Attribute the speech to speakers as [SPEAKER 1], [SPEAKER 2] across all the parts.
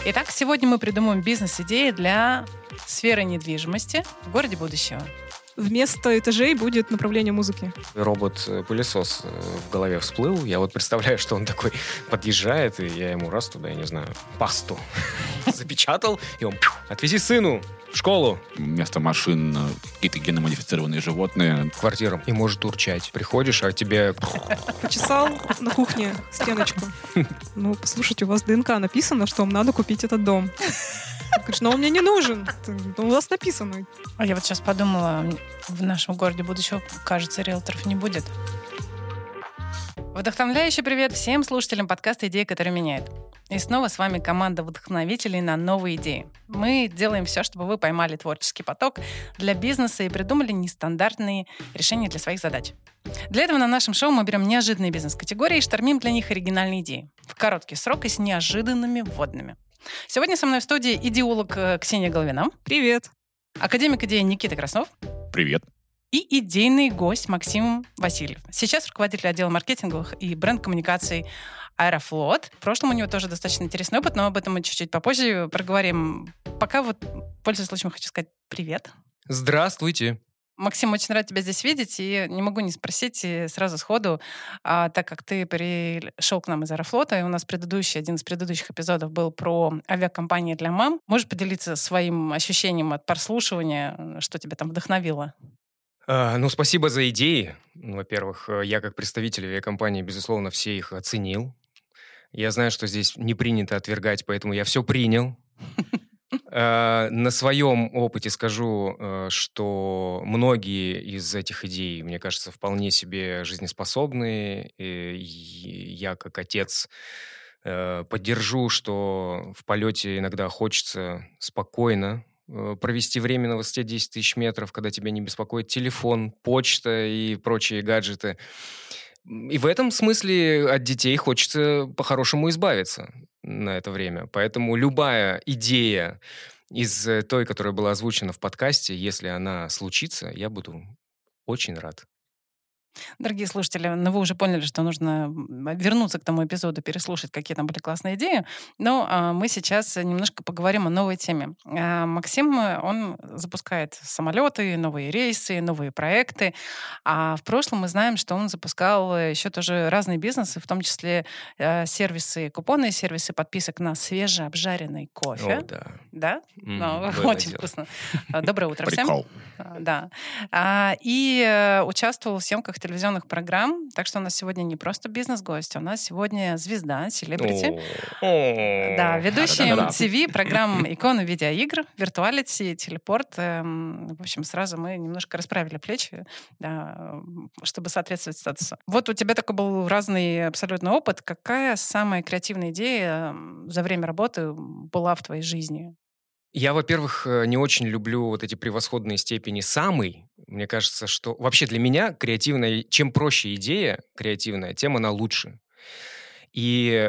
[SPEAKER 1] Итак, сегодня мы придумаем бизнес-идеи для сферы недвижимости в городе будущего.
[SPEAKER 2] Вместо этажей будет направление музыки.
[SPEAKER 3] Робот-пылесос в голове всплыл. Я вот представляю, что он такой подъезжает, и я ему раз туда, я не знаю, пасту запечатал, и он отвези сыну в школу.
[SPEAKER 4] Вместо машин какие-то генно-модифицированные животные.
[SPEAKER 3] Квартирам. И может урчать. Приходишь, а тебе...
[SPEAKER 2] Почесал на кухне стеночку. Ну, послушайте, у вас в ДНК написано, что вам надо купить этот дом. Говоришь, но он мне не нужен. У вас написано.
[SPEAKER 1] А я вот сейчас подумала, в нашем городе будущего, кажется, риэлторов не будет. Вдохновляющий привет всем слушателям подкаста «Идеи, которые меняют». И снова с вами команда вдохновителей на новые идеи. Мы делаем все, чтобы вы поймали творческий поток для бизнеса и придумали нестандартные решения для своих задач. Для этого на нашем шоу мы берем неожиданные бизнес-категории и штормим для них оригинальные идеи в короткий срок и с неожиданными вводными. Сегодня со мной в студии идеолог Ксения Головина.
[SPEAKER 2] Привет.
[SPEAKER 1] Академик идеи Никита Краснов.
[SPEAKER 4] Привет.
[SPEAKER 1] И идейный гость Максим Васильев. Сейчас руководитель отдела маркетинговых и бренд-коммуникаций Аэрофлот. В прошлом у него тоже достаточно интересный опыт, но об этом мы чуть-чуть попозже проговорим. Пока вот, пользуясь случаем, хочу сказать привет.
[SPEAKER 3] Здравствуйте.
[SPEAKER 1] Максим, очень рад тебя здесь видеть, и не могу не спросить сразу сходу, так как ты пришел к нам из Аэрофлота, и у нас один из предыдущих эпизодов был про авиакомпании для мам. Можешь поделиться своим ощущением от прослушивания, что тебя там вдохновило?
[SPEAKER 3] Спасибо за идеи. Во-первых, я как представитель авиакомпании, безусловно, все их оценил. Я знаю, что здесь не принято отвергать, поэтому я все принял. На своем опыте скажу, что многие из этих идей, мне кажется, вполне себе жизнеспособны. И я, как отец, поддержу, что в полете иногда хочется спокойно провести время на высоте 10 тысяч метров, когда тебя не беспокоит телефон, почта и прочие гаджеты. И в этом смысле от детей хочется по-хорошему избавиться на это время. Поэтому любая идея из той, которая была озвучена в подкасте, если она случится, я буду очень рад.
[SPEAKER 1] Дорогие слушатели, вы уже поняли, что нужно вернуться к тому эпизоду, переслушать, какие там были классные идеи. Но мы сейчас немножко поговорим о новой теме. Максим, он запускает самолеты, новые рейсы, новые проекты. А в прошлом мы знаем, что он запускал еще тоже разные бизнесы, в том числе сервисы, купонные сервисы подписок на свежеобжаренный кофе.
[SPEAKER 3] О, да.
[SPEAKER 1] Да?
[SPEAKER 3] Было
[SPEAKER 1] Очень
[SPEAKER 3] дело.
[SPEAKER 1] вкусно. Доброе утро всем.
[SPEAKER 4] Прикол.
[SPEAKER 1] Да. И участвовал в съемках телевизионных программ. Так что у нас сегодня не просто бизнес-гость, у нас сегодня звезда, селебрити. Да, ведущий MTV, программ «Иконы видеоигр», «Виртуалити», «Телепорт». В общем, сразу мы немножко расправили плечи, да, чтобы соответствовать статусу. Вот у тебя такой был разный абсолютно опыт. Какая самая креативная идея за время работы была в твоей жизни?
[SPEAKER 3] Я, во-первых, не очень люблю вот эти превосходные степени «самый». Мне кажется, что вообще для меня креативная, чем проще идея креативная, тем она лучше. И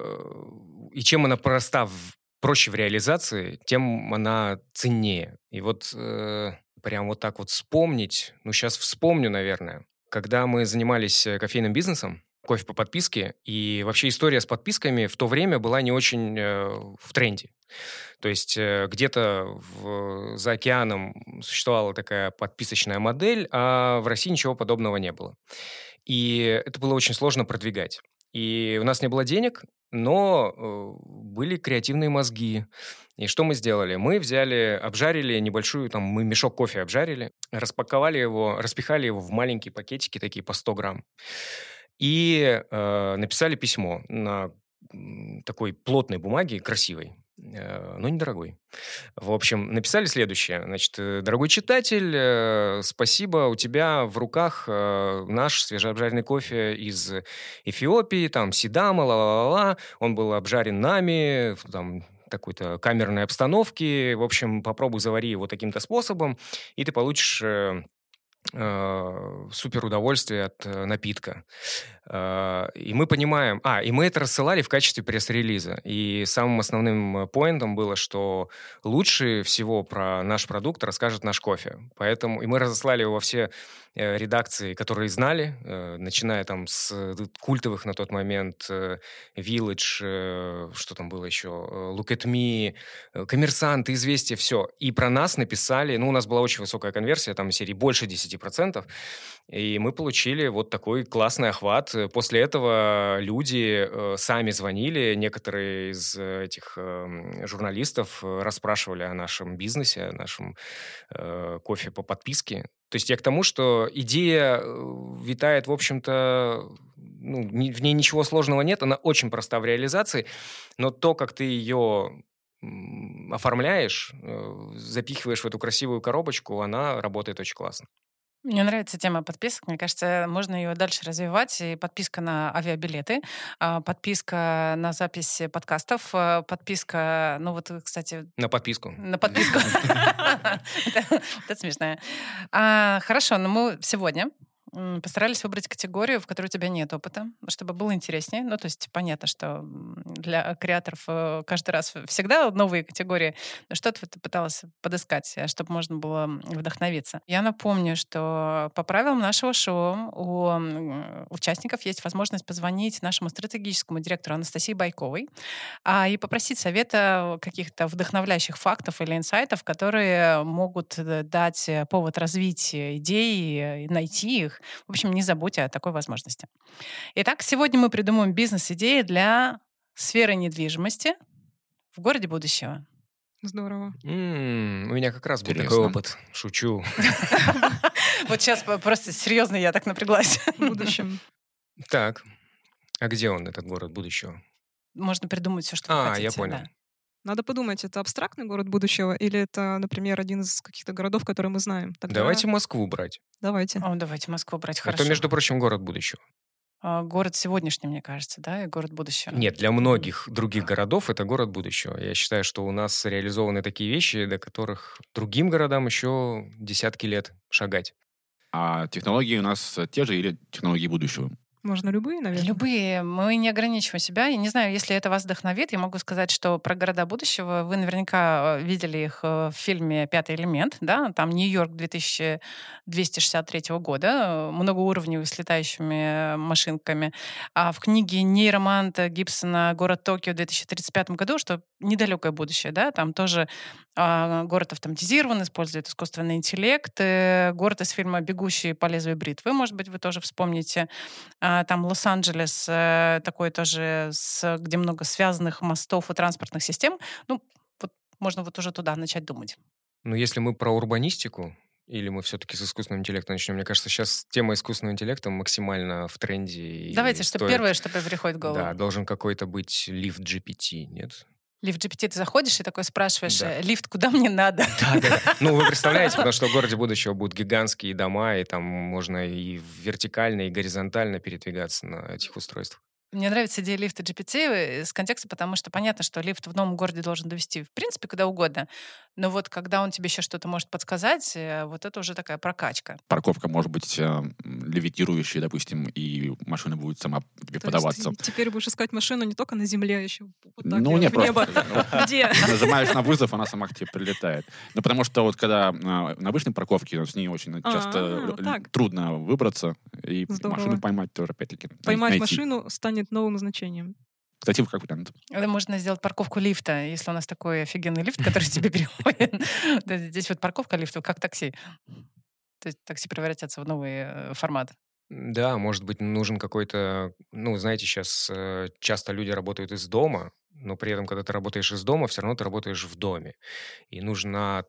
[SPEAKER 3] чем она проще в реализации, тем она ценнее. И вот прям вот так вот вспомнить, сейчас вспомню, наверное, когда мы занимались кофейным бизнесом, кофе по подписке, и вообще история с подписками в то время была не очень в тренде. То есть где-то за океаном существовала такая подписочная модель, а в России ничего подобного не было. И это было очень сложно продвигать. И у нас не было денег, но были креативные мозги. И что мы сделали? Мы обжарили небольшую, мы мешок кофе обжарили, распаковали его, распихали его в маленькие пакетики, такие по 100 грамм. И написали письмо на такой плотной бумаге, красивой, но недорогой. В общем, написали следующее. Значит, дорогой читатель, спасибо, у тебя в руках наш свежеобжаренный кофе из Эфиопии, Сидама, ла-ла-ла-ла. Он был обжарен нами, какой-то камерной обстановке. В общем, попробуй завари его таким-то способом, и ты получишь супер удовольствие от напитка. И мы понимаем... и мы это рассылали в качестве пресс-релиза. И самым основным поинтом было, что лучше всего про наш продукт расскажет наш кофе. Поэтому... И мы разослали его во все редакции, которые знали, начиная там с культовых на тот момент Village, что там было еще, Look at Me, Коммерсант, Известия, все. И про нас написали, у нас была очень высокая конверсия, там из серии больше 10%, и мы получили вот такой классный охват. После этого люди сами звонили, некоторые из этих журналистов расспрашивали о нашем бизнесе, о нашем кофе по подписке. То есть я к тому, что идея витает, в общем-то, в ней ничего сложного нет, она очень проста в реализации, но то, как ты ее оформляешь, запихиваешь в эту красивую коробочку, она работает очень классно.
[SPEAKER 1] Мне нравится тема подписок. Мне кажется, можно ее дальше развивать. И подписка на авиабилеты, подписка на запись подкастов, подписка, кстати...
[SPEAKER 3] На подписку.
[SPEAKER 1] На подписку. Это смешно. Хорошо, но мы сегодня постарались выбрать категорию, в которой у тебя нет опыта, чтобы было интереснее. То есть понятно, что для креаторов каждый раз всегда новые категории. Но что-то ты пыталась подыскать, чтобы можно было вдохновиться. Я напомню, что по правилам нашего шоу у участников есть возможность позвонить нашему стратегическому директору Анастасии Байковой и попросить совета каких-то вдохновляющих фактов или инсайтов, которые могут дать повод развить идеи, найти их. В общем, не забудьте о такой возможности. Итак, сегодня мы придумаем бизнес-идеи для сферы недвижимости в городе будущего.
[SPEAKER 2] Здорово.
[SPEAKER 3] У меня как раз был такой опыт. Шучу.
[SPEAKER 1] Вот сейчас просто серьезно я так напряглась.
[SPEAKER 2] В будущем.
[SPEAKER 3] Так, а где он, этот город будущего?
[SPEAKER 1] Можно придумать все, что вы хотите.
[SPEAKER 3] Я понял.
[SPEAKER 1] Да.
[SPEAKER 2] Надо подумать, это абстрактный город будущего или это, например, один из каких-то городов, которые мы знаем? Тогда...
[SPEAKER 3] Давайте Москву брать.
[SPEAKER 2] Давайте.
[SPEAKER 1] Давайте Москву брать, хорошо.
[SPEAKER 3] Это, между прочим, город будущего.
[SPEAKER 1] Город сегодняшний, мне кажется, да, и город будущего.
[SPEAKER 3] Нет, для многих других городов это город будущего. Я считаю, что у нас реализованы такие вещи, до которых другим городам еще десятки лет шагать.
[SPEAKER 4] А технологии у нас те же или технологии будущего?
[SPEAKER 2] Можно любые, наверное?
[SPEAKER 1] Любые. Мы не ограничиваем себя. Я не знаю, если это вас вдохновит, я могу сказать, что про города будущего вы наверняка видели их в фильме «Пятый элемент». Да? Там Нью-Йорк 2263 года, многоуровневый с летающими машинками. А в книге нейроманта Гибсона «Город Токио» в 2035 году, что недалекое будущее, да? Там тоже город автоматизирован, использует искусственный интеллект. Город из фильма «Бегущий по лезвию бритвы», может быть, вы тоже вспомните. Там Лос-Анджелес такой тоже, где много связанных мостов и транспортных систем. Можно уже туда начать думать.
[SPEAKER 3] Если мы про урбанистику, или мы все-таки с искусственным интеллектом начнем? Мне кажется, сейчас тема искусственного интеллекта максимально в тренде.
[SPEAKER 1] Давайте, что первое, что приходит в голову.
[SPEAKER 3] Да, должен какой-то быть лифт GPT, нет?
[SPEAKER 1] Лифт GPT, ты заходишь и такой спрашиваешь, лифт, куда мне надо?
[SPEAKER 3] Да. Вы представляете, потому что в городе будущего будут гигантские дома, и там можно и вертикально, и горизонтально передвигаться на этих устройствах.
[SPEAKER 1] Мне нравится идея лифта GPT с контекста, потому что понятно, что лифт в новом городе должен довести, в принципе, куда угодно. Но когда он тебе еще что-то может подсказать, это уже такая прокачка.
[SPEAKER 4] Парковка может быть левитирующая, допустим, и машина будет сама тебе подаваться.
[SPEAKER 2] Есть теперь будешь искать машину не только на земле, а еще вот так
[SPEAKER 4] нет,
[SPEAKER 2] в небо. Где?
[SPEAKER 4] Нажимаешь на вызов, она сама к тебе прилетает. Потому что когда на обычной парковке с ней очень часто трудно выбраться, и машину поймать тоже, опять-таки,
[SPEAKER 2] поймать машину станет новым значением.
[SPEAKER 4] Кстати, как вариант.
[SPEAKER 1] Это можно сделать парковку лифта, если у нас такой офигенный лифт, который тебе переходит. Здесь парковка лифта, как такси. То есть такси превратятся в новый формат.
[SPEAKER 3] Да, может быть, нужен какой-то... знаете, сейчас часто люди работают из дома, но при этом, когда ты работаешь из дома, все равно ты работаешь в доме. И нужна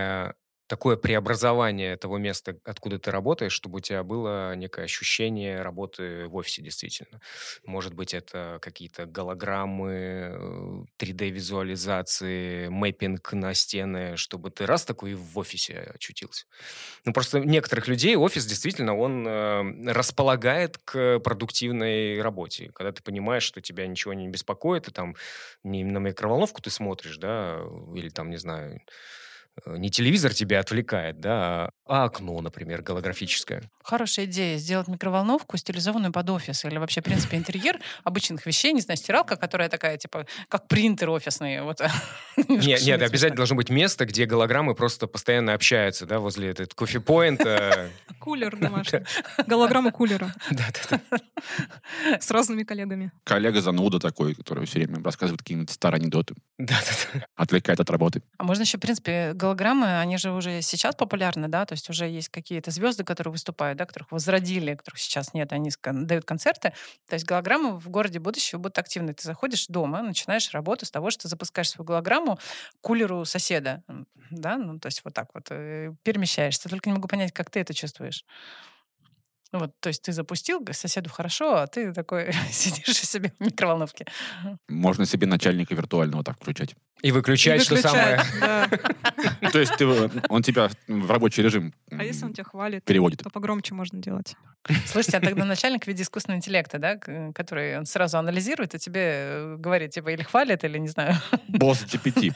[SPEAKER 3] такое преобразование того места, откуда ты работаешь, чтобы у тебя было некое ощущение работы в офисе действительно. Может быть, это какие-то голограммы, 3D-визуализации, мэппинг на стены, чтобы ты раз такой в офисе очутился. Просто некоторых людей офис действительно, он располагает к продуктивной работе. Когда ты понимаешь, что тебя ничего не беспокоит, и там не на микроволновку ты смотришь, да, или там, не знаю... не телевизор тебя отвлекает, да, а окно, например, голографическое.
[SPEAKER 1] Хорошая идея сделать микроволновку, стилизованную под офис, или вообще, в принципе, интерьер обычных вещей, не знаю, стиралка, которая такая, типа, как принтер офисный. Вот.
[SPEAKER 3] Нет, обязательно должно быть место, где голограммы просто постоянно общаются, да, возле этого кофе-поинта.
[SPEAKER 2] Кулер домашний. Голограмма кулера.
[SPEAKER 3] Да.
[SPEAKER 2] С разными коллегами.
[SPEAKER 4] Коллега зануда такой, который все время рассказывает какие-нибудь старые анекдоты.
[SPEAKER 3] Да.
[SPEAKER 4] Отвлекает от работы.
[SPEAKER 1] А можно еще, в принципе, голограммы, они же уже сейчас популярны, да, то есть уже есть какие-то звезды, которые выступают, да, которых возродили, которых сейчас нет, они дают концерты. То есть голограммы в городе будущего будут активны. Ты заходишь дома, начинаешь работу с того, что ты запускаешь свою голограмму к кулеру соседа, да, ну, то есть вот так вот перемещаешься. Только не могу понять, как ты это чувствуешь. Вот, то есть ты запустил, соседу хорошо, а ты такой сидишь у себя в микроволновке.
[SPEAKER 4] Можно себе начальника виртуального так включать.
[SPEAKER 3] И выключать, что самое...
[SPEAKER 2] Да.
[SPEAKER 4] То есть он тебя в рабочий режим
[SPEAKER 2] А если он тебя хвалит,
[SPEAKER 4] переводит.
[SPEAKER 2] то погромче можно делать.
[SPEAKER 1] Слушайте, а тогда начальник в виде искусственного интеллекта, да, который он сразу анализирует и тебе говорит, типа, или хвалит, или не знаю.
[SPEAKER 4] Босс GPT.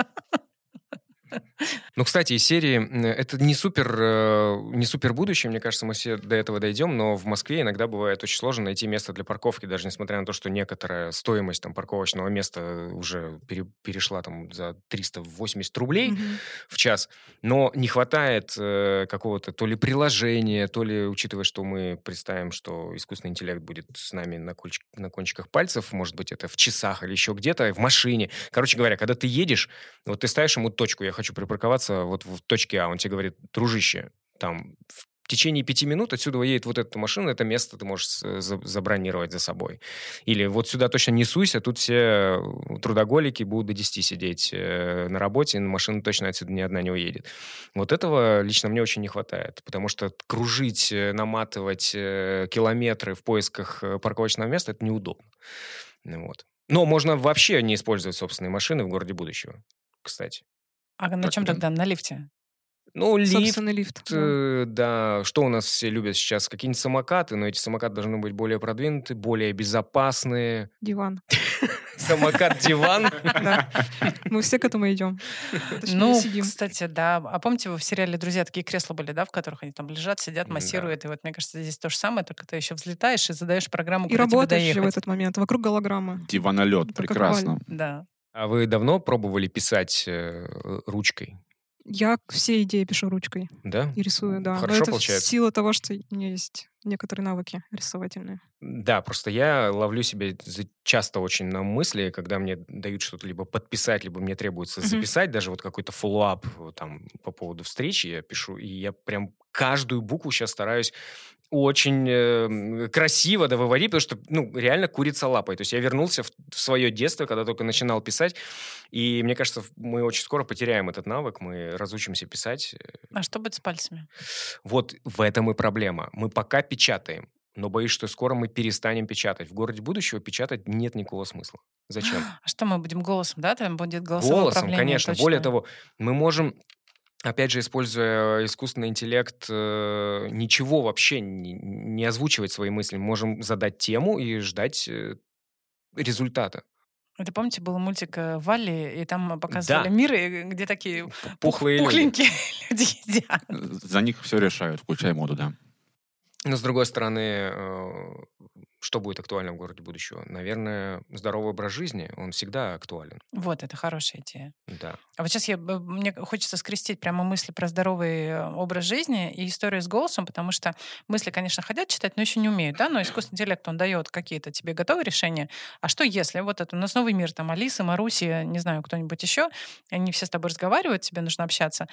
[SPEAKER 3] Ну, кстати, из серии это не супер будущее, мне кажется, мы все до этого дойдем, но в Москве иногда бывает очень сложно найти место для парковки, даже несмотря на то, что некоторая стоимость там парковочного места уже перешла там за 380 рублей в час, но не хватает какого-то то ли приложения, то ли, учитывая, что мы представим, что искусственный интеллект будет с нами на кончиках пальцев, может быть, это в часах или еще где-то, в машине. Короче говоря, когда ты едешь, вот ты ставишь ему точку, я хочу припарковаться вот в точке А, он тебе говорит, дружище, там в течение 5 минут отсюда едет вот эта машина, это место ты можешь забронировать за собой. Или вот сюда точно не суйся, тут все трудоголики будут до 10 сидеть на работе, и машина точно отсюда ни одна не уедет. Вот этого лично мне очень не хватает, потому что кружить, наматывать километры в поисках парковочного места, это неудобно. Вот. Но можно вообще не использовать собственные машины в городе будущего, кстати.
[SPEAKER 1] А на чем тогда? На лифте?
[SPEAKER 3] Ну,
[SPEAKER 2] Собственный лифт.
[SPEAKER 3] Да. Что у нас все любят сейчас? Какие-нибудь самокаты, но эти самокаты должны быть более продвинуты, более безопасные.
[SPEAKER 2] Диван.
[SPEAKER 3] Самокат-диван.
[SPEAKER 2] Да. Мы все к этому идем.
[SPEAKER 1] Ну, кстати, да. А помните, вы в сериале «Друзья» такие кресла были, да, в которых они там лежат, сидят, массируют. И вот, мне кажется, здесь то же самое, только ты еще взлетаешь и задаешь программу,
[SPEAKER 2] и работаешь еще в этот момент. Вокруг голограммы.
[SPEAKER 4] Диванолет. Прекрасно.
[SPEAKER 1] Да.
[SPEAKER 3] А вы давно пробовали писать ручкой?
[SPEAKER 2] Я все идеи пишу ручкой.
[SPEAKER 3] Да?
[SPEAKER 2] И рисую, да.
[SPEAKER 3] Хорошо
[SPEAKER 2] Но это
[SPEAKER 3] получается?
[SPEAKER 2] сила того, что у меня есть некоторые навыки рисовательные.
[SPEAKER 3] Да, просто я ловлю себя часто очень на мысли, когда мне дают что-то либо подписать, либо мне требуется записать, даже вот какой-то фоллоуап там по поводу встречи я пишу, и я прям каждую букву сейчас стараюсь очень красиво выводить, потому что, ну, реально курица лапой. То есть я вернулся в свое детство, когда только начинал писать, и мне кажется, мы очень скоро потеряем этот навык, мы разучимся писать.
[SPEAKER 1] А что будет с пальцами?
[SPEAKER 3] Вот в этом и проблема. Мы пока печатаем, но боюсь, что скоро мы перестанем печатать. В городе будущего печатать нет никакого смысла. Зачем?
[SPEAKER 1] А что, мы будем голосом, да? Там будет голосовое
[SPEAKER 3] Голосом,
[SPEAKER 1] управление?
[SPEAKER 3] конечно.
[SPEAKER 1] Точно.
[SPEAKER 3] Более того, мы можем, опять же, используя искусственный интеллект, ничего вообще не озвучивать свои мысли. Мы можем задать тему и ждать результата.
[SPEAKER 1] Это, помните, был мультик «Валли», и там показывали мир, где такие
[SPEAKER 3] пухлые
[SPEAKER 1] пухленькие люди едят.
[SPEAKER 4] За них все решают, включая моду, да.
[SPEAKER 3] Но, с другой стороны, что будет актуально в городе будущего? Наверное, здоровый образ жизни, он всегда актуален.
[SPEAKER 1] Вот, это хорошая идея.
[SPEAKER 3] Да.
[SPEAKER 1] А вот сейчас мне хочется скрестить прямо мысли про здоровый образ жизни и историю с голосом, потому что мысли, конечно, хотят читать, но еще не умеют, да, но искусственный интеллект, он дает какие-то тебе готовые решения. А что если вот это у нас новый мир, там Алиса, Маруся, не знаю, кто-нибудь еще, они все с тобой разговаривают, тебе нужно общаться,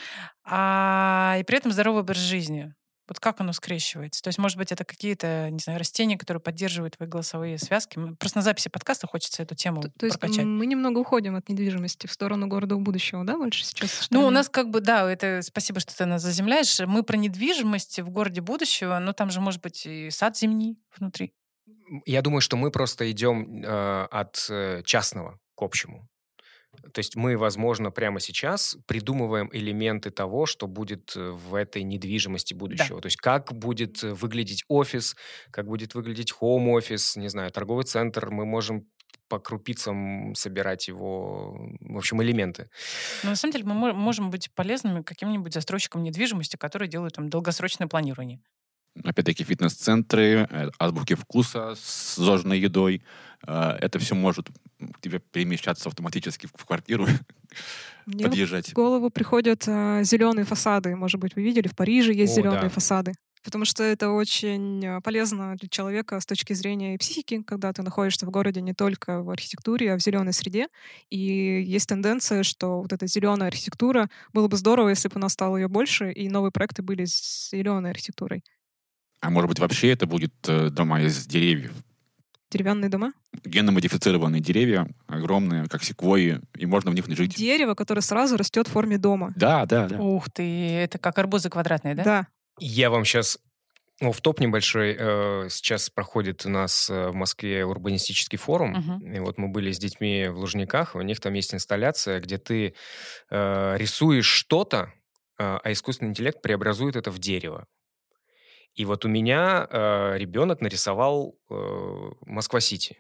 [SPEAKER 1] и при этом здоровый образ жизни. Вот как оно скрещивается? То есть, может быть, это какие-то, не знаю, растения, которые поддерживают твои голосовые связки? Просто на записи подкаста хочется эту тему прокачать.
[SPEAKER 2] То есть мы немного уходим от недвижимости в сторону города будущего, да, больше сейчас?
[SPEAKER 1] Ну, у нас как бы, да, это спасибо, что ты нас заземляешь. Мы про недвижимость в городе будущего, но там же может быть и сад зимний внутри.
[SPEAKER 3] Я думаю, что мы просто идем от частного к общему. То есть мы, возможно, прямо сейчас придумываем элементы того, что будет в этой недвижимости будущего. Да. То есть как будет выглядеть офис, как будет выглядеть хоум-офис, не знаю, торговый центр. Мы можем по крупицам собирать его, в общем, элементы.
[SPEAKER 1] Но на самом деле мы можем быть полезными каким-нибудь застройщикам недвижимости, которые делают там долгосрочное планирование.
[SPEAKER 4] Опять-таки фитнес-центры, азбуки вкуса с зожной едой. Это все может к тебе перемещаться автоматически в квартиру, подъезжать.
[SPEAKER 2] Мне в голову приходят зеленые фасады. Может быть, вы видели, в Париже есть зеленые фасады. Потому что это очень полезно для человека с точки зрения и психики, когда ты находишься в городе не только в архитектуре, а в зеленой среде. И есть тенденция, что вот эта зеленая архитектура, было бы здорово, если бы у нас стало ее больше, и новые проекты были с зеленой архитектурой.
[SPEAKER 4] А может быть, вообще это будет дома из деревьев?
[SPEAKER 2] Деревянные дома?
[SPEAKER 4] Генно-модифицированные деревья, огромные, как секвойи, и можно в них жить.
[SPEAKER 2] Дерево, которое сразу растет в форме дома.
[SPEAKER 4] Да.
[SPEAKER 1] Ух ты, это как арбузы квадратные, да?
[SPEAKER 2] Да.
[SPEAKER 3] Я вам сейчас... Офф-топ небольшой. Сейчас проходит у нас в Москве урбанистический форум. И вот мы были с детьми в Лужниках. У них там есть инсталляция, где ты рисуешь что-то, а искусственный интеллект преобразует это в дерево. И вот у меня ребенок нарисовал Москва-Сити.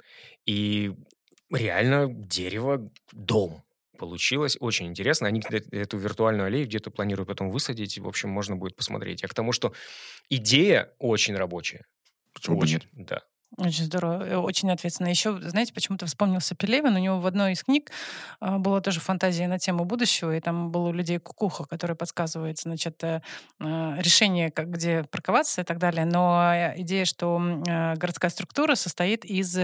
[SPEAKER 3] И реально дерево, дом. Получилось очень интересно. Они эту виртуальную аллею где-то планируют потом высадить. В общем, можно будет посмотреть. Я к тому, что идея очень рабочая.
[SPEAKER 4] Почему бы нет?
[SPEAKER 3] Да.
[SPEAKER 1] Очень здорово, очень ответственно. Еще, знаете, почему-то вспомнился Пелевин. У него в одной из книг была тоже фантазия на тему будущего, и там был у людей кукуха, который подсказывает, значит, решение, где парковаться и так далее. Но идея, что городская структура состоит из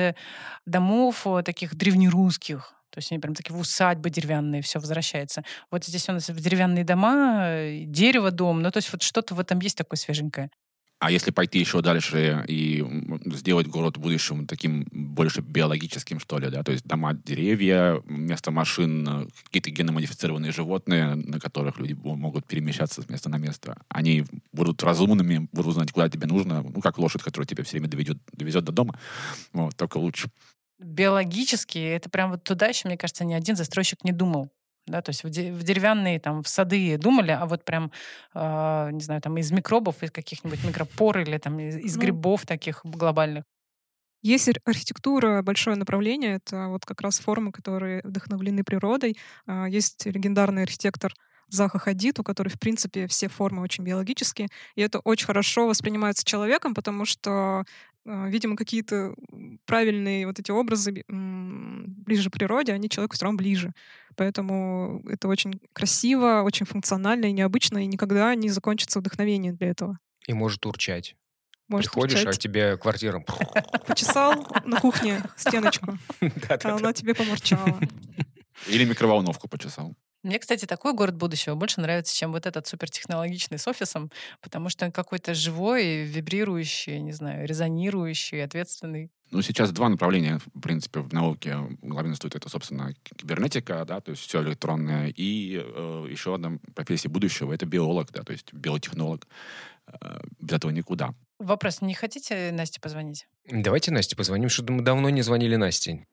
[SPEAKER 1] домов таких древнерусских. То есть они прям такие усадьбы деревянные, все возвращается. Вот здесь у нас деревянные дома, дерево, дом. Ну, то есть вот что-то в этом есть такое свеженькое.
[SPEAKER 4] А если пойти еще дальше и сделать город в будущем таким больше биологическим, что ли, да, то есть дома, деревья, вместо машин какие-то генно-модифицированные животные, на которых люди могут перемещаться с места на место, они будут разумными, будут знать, куда тебе нужно, ну, как лошадь, которая тебя все время довезет до дома, вот, только лучше.
[SPEAKER 1] Биологически, это прям вот туда еще, мне кажется, ни один застройщик не думал. Да, то есть в деревянные там в сады думали, а вот прям, не знаю, там из микробов, из каких-нибудь микропор или там из грибов таких глобальных.
[SPEAKER 2] Есть архитектура, большое направление. Это вот как раз формы, которые вдохновлены природой. Есть легендарный архитектор Заха Хадид, у которой, в принципе, все формы очень биологические. И это очень хорошо воспринимается человеком, потому что, видимо, какие-то правильные вот эти образы ближе к природе, они человеку все равно ближе. Поэтому это очень красиво, очень функционально и необычно, и никогда не закончится вдохновение для этого.
[SPEAKER 3] И может урчать.
[SPEAKER 2] Может
[SPEAKER 3] Приходишь,
[SPEAKER 2] урчать.
[SPEAKER 3] а тебе квартира...
[SPEAKER 2] Почесал на кухне стеночку, а она тебе помурчала.
[SPEAKER 4] Или микроволновку почесал.
[SPEAKER 1] Мне, кстати, такой город будущего больше нравится, чем вот этот супертехнологичный с офисом, потому что он какой-то живой, вибрирующий, не знаю, резонирующий, ответственный.
[SPEAKER 4] Ну, сейчас два направления, в принципе, в науке главенствует. Это, собственно, кибернетика, да, то есть все электронное. И еще одна профессия будущего — это биолог, да, то есть биотехнолог. Без этого никуда.
[SPEAKER 1] Вопрос, не хотите Насте позвонить?
[SPEAKER 3] Давайте Насте позвоним, что мы давно не звонили Насте.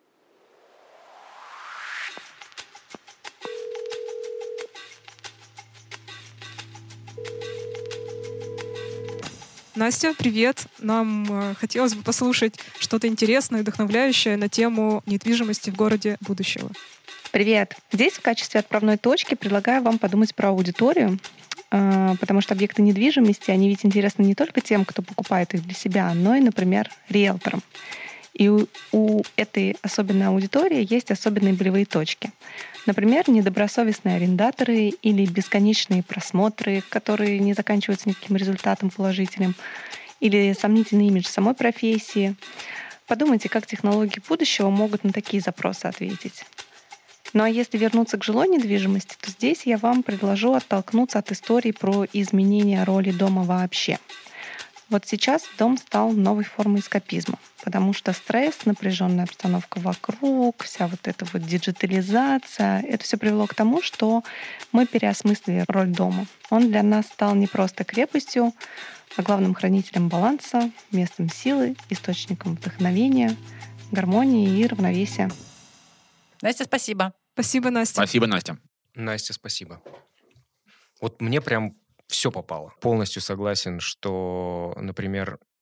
[SPEAKER 2] Настя, привет. Нам хотелось бы послушать что-то интересное и вдохновляющее на тему недвижимости в городе будущего.
[SPEAKER 5] Привет. Здесь в качестве отправной точки предлагаю вам подумать про аудиторию, потому что объекты недвижимости, они ведь интересны не только тем, кто покупает их для себя, но и, например, риэлторам. И у этой особенной аудитории есть особенные болевые точки. Например, недобросовестные арендаторы или бесконечные просмотры, которые не заканчиваются никаким результатом положительным, или сомнительный имидж самой профессии. Подумайте, как технологии будущего могут на такие запросы ответить. Ну а если вернуться к жилой недвижимости, то здесь я вам предложу оттолкнуться от истории про изменение роли дома вообще. Вот сейчас дом стал новой формой эскапизма, потому что стресс, напряженная обстановка вокруг, вся вот эта вот диджитализация, это все привело к тому, что мы переосмыслили роль дома. Он для нас стал не просто крепостью, а главным хранителем баланса, местом силы, источником вдохновения, гармонии и равновесия.
[SPEAKER 1] Настя, спасибо.
[SPEAKER 2] Спасибо, Настя.
[SPEAKER 4] Спасибо, Настя.
[SPEAKER 3] Настя, спасибо. Вот мне прям все попало. Полностью согласен, что, например,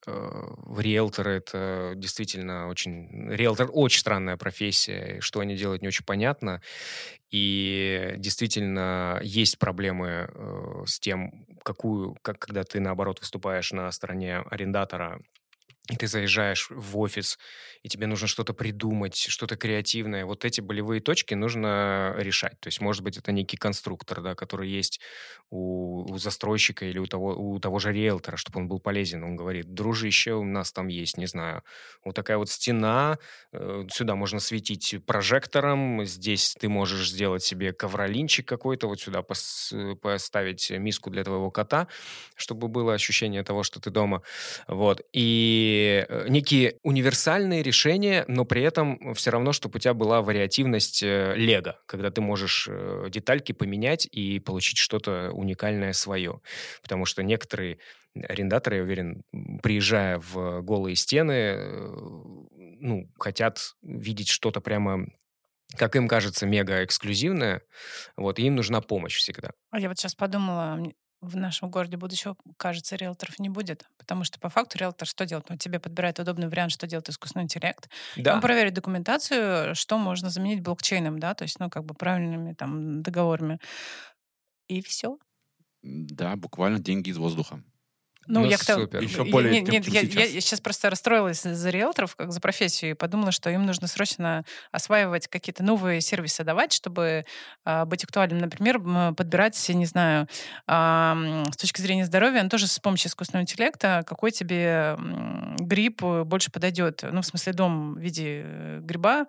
[SPEAKER 3] риэлторы — это действительно очень... Риэлтор — очень странная профессия, и что они делают, не очень понятно. И действительно есть проблемы с тем, когда ты, наоборот, выступаешь на стороне арендатора, и ты заезжаешь в офис, и тебе нужно что-то придумать, что-то креативное. Вот эти болевые точки нужно решать. То есть, может быть, это некий конструктор, да, который есть у застройщика или у того же риэлтора, чтобы он был полезен. Он говорит: дружище, у нас там есть, не знаю, вот такая вот стена, сюда можно светить прожектором, здесь ты можешь сделать себе ковролинчик какой-то, вот сюда поставить миску для твоего кота, чтобы было ощущение того, что ты дома. Вот. И некие универсальные решения, но при этом все равно, чтобы у тебя была вариативность лего, когда ты можешь детальки поменять и получить что-то уникальное свое. Потому что некоторые арендаторы, я уверен, приезжая в голые стены, хотят видеть что-то прямо, как им кажется, мега эксклюзивное, вот, и им нужна помощь всегда.
[SPEAKER 1] А я вот сейчас подумала, в нашем городе будущего, кажется, риэлторов не будет. Потому что по факту риэлтор что делает? Он тебе подбирает удобный вариант, что делает искусственный интеллект.
[SPEAKER 3] Да.
[SPEAKER 1] И он проверит документацию, что можно заменить блокчейном, да, то есть, правильными там договорами. И все.
[SPEAKER 4] Да, буквально деньги из воздуха.
[SPEAKER 1] Я
[SPEAKER 3] супер.
[SPEAKER 4] Еще более чем сейчас.
[SPEAKER 1] Я сейчас просто расстроилась за риэлторов, как за профессию, и подумала, что им нужно срочно осваивать какие-то новые сервисы давать, чтобы быть актуальным. Например, подбирать, я не знаю, с точки зрения здоровья, тоже с помощью искусственного интеллекта, какой тебе гриб больше подойдет. В смысле, дом в виде гриба,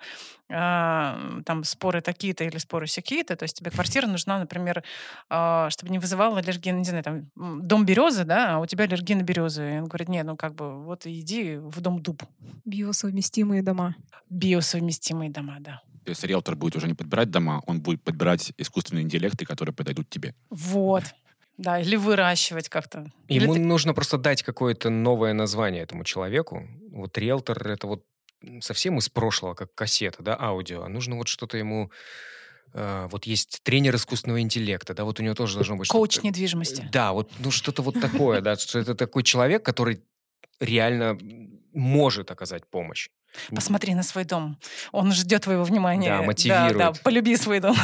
[SPEAKER 1] там споры такие-то или споры сякие-то. То есть тебе квартира нужна, например, чтобы не вызывала аллергии, не знаю, там, дом березы, да, а у тебя аллергия на березы. И он говорит: нет, вот иди в дом дуб.
[SPEAKER 2] Биосовместимые дома.
[SPEAKER 1] Биосовместимые дома, да.
[SPEAKER 4] То есть риэлтор будет уже не подбирать дома, он будет подбирать искусственные интеллекты, которые подойдут тебе.
[SPEAKER 1] Вот. Да, или выращивать как-то.
[SPEAKER 3] Ему нужно просто дать какое-то новое название этому человеку. Вот риэлтор — это вот совсем из прошлого, как кассета, да, аудио. А нужно вот что-то ему... Вот есть тренер искусственного интеллекта, да, вот у него тоже должно быть
[SPEAKER 1] коуч
[SPEAKER 3] что-то...
[SPEAKER 1] недвижимости.
[SPEAKER 3] Да, вот что-то вот такое, да, что это такой человек, который реально может оказать помощь.
[SPEAKER 1] Посмотри на свой дом. Он ждет твоего внимания.
[SPEAKER 3] Да, мотивирует.
[SPEAKER 1] Да, полюби свой дом.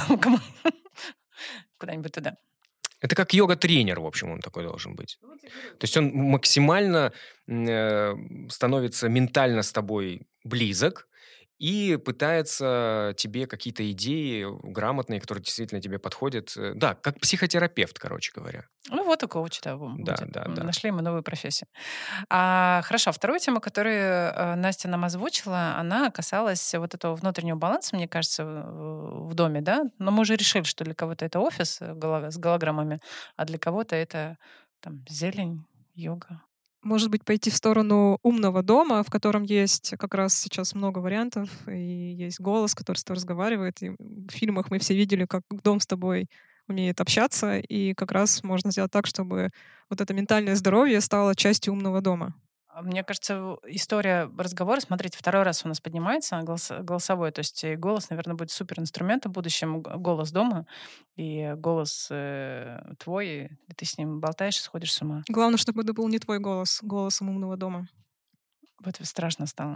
[SPEAKER 1] Куда-нибудь туда.
[SPEAKER 3] Это как йога-тренер, в общем, он такой должен быть. То есть он максимально становится ментально с тобой близок и пытается тебе какие-то идеи грамотные, которые действительно тебе подходят. Да, как психотерапевт, короче говоря.
[SPEAKER 1] Вот и коуч, да.
[SPEAKER 3] Да.
[SPEAKER 1] Нашли мы новую профессию. Хорошо, вторую тему, которую Настя нам озвучила, она касалась вот этого внутреннего баланса, мне кажется, в доме, да? Но мы уже решили, что для кого-то это офис с голограммами, а для кого-то это там зелень, йога.
[SPEAKER 2] Может быть, пойти в сторону умного дома, в котором есть как раз сейчас много вариантов, и есть голос, который с тобой разговаривает. И в фильмах мы все видели, как дом с тобой умеет общаться, и как раз можно сделать так, чтобы вот это ментальное здоровье стало частью умного дома.
[SPEAKER 1] Мне кажется, история разговора, смотрите, второй раз у нас поднимается голосовой, то есть голос, наверное, будет суперинструментом в будущем, голос дома и голос твой, и ты с ним болтаешь и сходишь с ума.
[SPEAKER 2] Главное, чтобы это был не твой голос, голосом умного дома.
[SPEAKER 1] Вот страшно стало.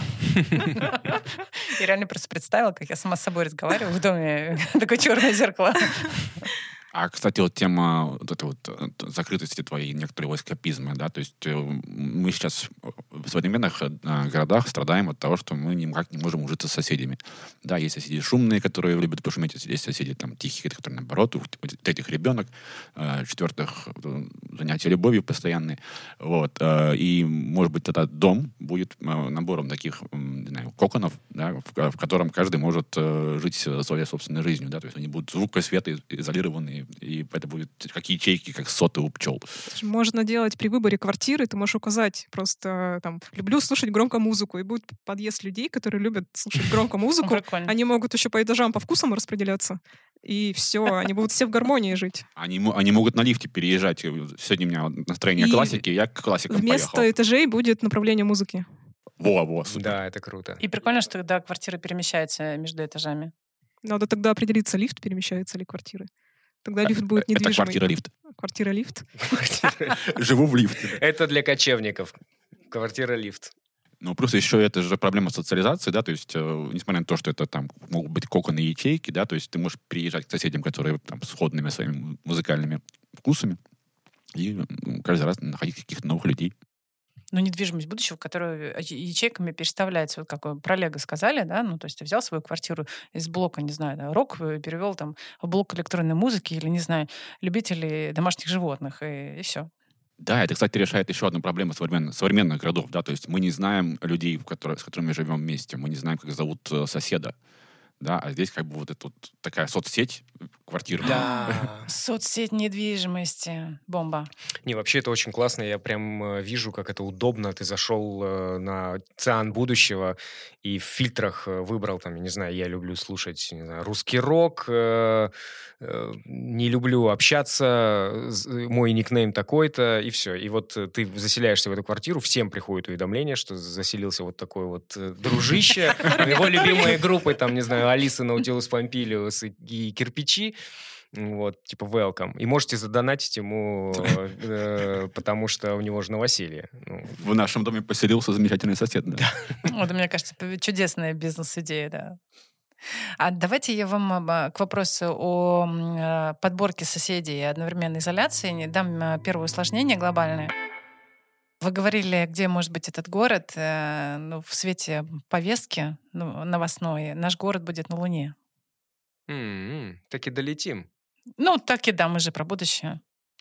[SPEAKER 1] Я реально просто представила, как я сама с собой разговариваю в доме, такое черное зеркало.
[SPEAKER 4] А, кстати, вот тема вот этой вот закрытости твоей, некоторого эскапизма, да, то есть мы сейчас в современных городах страдаем от того, что мы никак не можем ужиться с соседями. Да, есть соседи шумные, которые любят пошуметь, есть соседи там тихие, которые, наоборот, у третьих ребенок, четвертых занятия любовью постоянные, вот, и, может быть, тогда дом будет набором таких, не знаю, коконов, да, в котором каждый может жить своей собственной жизнью, да, то есть они будут звук и свет изолированные, и это будет как ячейки, как соты у пчел.
[SPEAKER 2] Можно делать при выборе квартиры, ты можешь указать просто там «люблю слушать громко музыку», и будет подъезд людей, которые любят слушать громко музыку. Они могут еще по этажам, по вкусам распределяться, и все, они будут все в гармонии жить.
[SPEAKER 4] Они могут на лифте переезжать. Сегодня у меня настроение классики, я к классикам
[SPEAKER 2] вместо
[SPEAKER 4] поехал.
[SPEAKER 2] этажей будет направление музыки.
[SPEAKER 4] Во, супер.
[SPEAKER 3] Да, это круто.
[SPEAKER 1] И прикольно, что когда квартира перемещается между этажами.
[SPEAKER 2] Надо тогда определиться, лифт перемещается ли квартиры. Тогда лифт будет недвижимый.
[SPEAKER 4] Это квартира-лифт.
[SPEAKER 2] Квартира-лифт.
[SPEAKER 4] Живу в лифте.
[SPEAKER 3] Это для кочевников. Квартира-лифт.
[SPEAKER 4] Ну, плюс еще это же проблема социализации, да, то есть, несмотря на то, что это там могут быть коконы и ячейки, да, то есть ты можешь приезжать к соседям, которые там сходными своими музыкальными вкусами, и каждый раз находить каких-то новых людей.
[SPEAKER 1] Ну, недвижимость будущего, которая ячейками переставляется. Вот как вы про Лего сказали, да, ну, то есть ты взял свою квартиру из блока, не знаю, да, рок, перевел там в блок электронной музыки или, не знаю, любителей домашних животных, и все.
[SPEAKER 4] Да, это, кстати, решает еще одну проблему современных городов, да, то есть мы не знаем людей, с которыми мы живем вместе, мы не знаем, как зовут соседа, да, а здесь как бы вот эта вот такая соцсеть квартирная.
[SPEAKER 3] Да.
[SPEAKER 1] Соцсеть недвижимости. Бомба.
[SPEAKER 3] Не, вообще это очень классно. Я прям вижу, как это удобно. Ты зашел на циан будущего и в фильтрах выбрал, там, я не знаю, я люблю слушать, не знаю, русский рок, не люблю общаться, мой никнейм такой-то, и все. И вот ты заселяешься в эту квартиру, всем приходит уведомление, что заселился вот такой вот дружище, его любимые группы, там, не знаю, Алиса, Наутилус Помпилиус и Кирпичи. Вот, типа welcome. И можете задонатить ему, потому что у него же новоселье.
[SPEAKER 4] В нашем доме поселился замечательный сосед. Да.
[SPEAKER 1] Вот, мне кажется, чудесная бизнес-идея, да. А давайте я вам к вопросу о подборке соседей и одновременной изоляции дам первое усложнение глобальное. Вы говорили, где может быть этот город. Ну, в свете повестки новостной наш город будет на Луне.
[SPEAKER 3] Так и долетим.
[SPEAKER 1] Ну, так и да, мы же про будущее.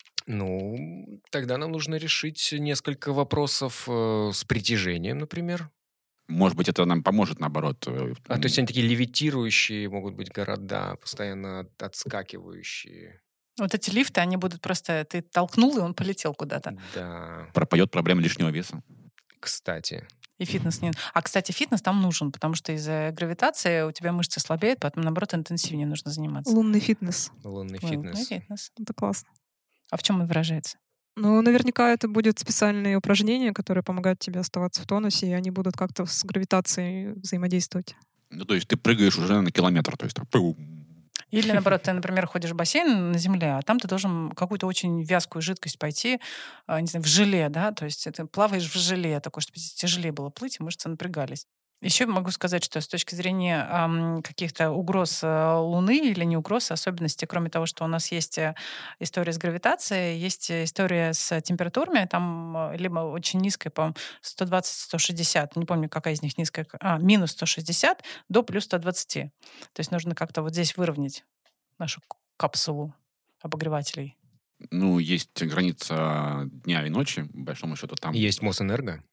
[SPEAKER 3] Ну, тогда нам нужно решить несколько вопросов с притяжением, например.
[SPEAKER 4] Может быть, это нам поможет, наоборот.
[SPEAKER 3] То есть они такие левитирующие могут быть города, постоянно отскакивающие.
[SPEAKER 1] Вот эти лифты, они будут просто... Ты толкнул, и он полетел куда-то.
[SPEAKER 3] Да.
[SPEAKER 4] Пропадет проблема лишнего веса.
[SPEAKER 3] Кстати.
[SPEAKER 1] И фитнес не... А, кстати, фитнес там нужен, потому что из-за гравитации у тебя мышцы слабеют, поэтому, наоборот, интенсивнее нужно заниматься.
[SPEAKER 2] Лунный фитнес.
[SPEAKER 3] Лунный
[SPEAKER 1] Лунный
[SPEAKER 3] фитнес.
[SPEAKER 1] фитнес.
[SPEAKER 2] Это классно.
[SPEAKER 1] А в чем он выражается?
[SPEAKER 2] Ну, наверняка это будут специальные упражнения, которые помогают тебе оставаться в тонусе, и они будут как-то с гравитацией взаимодействовать.
[SPEAKER 4] Ну, то есть ты прыгаешь уже на километр, то есть так,
[SPEAKER 1] Или, наоборот, ты, например, ходишь в бассейн на земле, а там ты должен какую-то очень вязкую жидкость пойти, не знаю, в желе, да, то есть ты плаваешь в желе, такое, чтобы тяжелее было плыть, и мышцы напрягались. Еще могу сказать, что с точки зрения каких-то угроз Луны или не угроз, особенностей, кроме того, что у нас есть история с гравитацией, есть история с температурами, там либо очень низкая, по-моему, 120-160, не помню, какая из них низкая, минус 160 до плюс 120. То есть нужно как-то вот здесь выровнять нашу капсулу обогревателей.
[SPEAKER 4] Ну, есть граница дня и ночи, по большому счету там.
[SPEAKER 3] Есть Мосэнерго.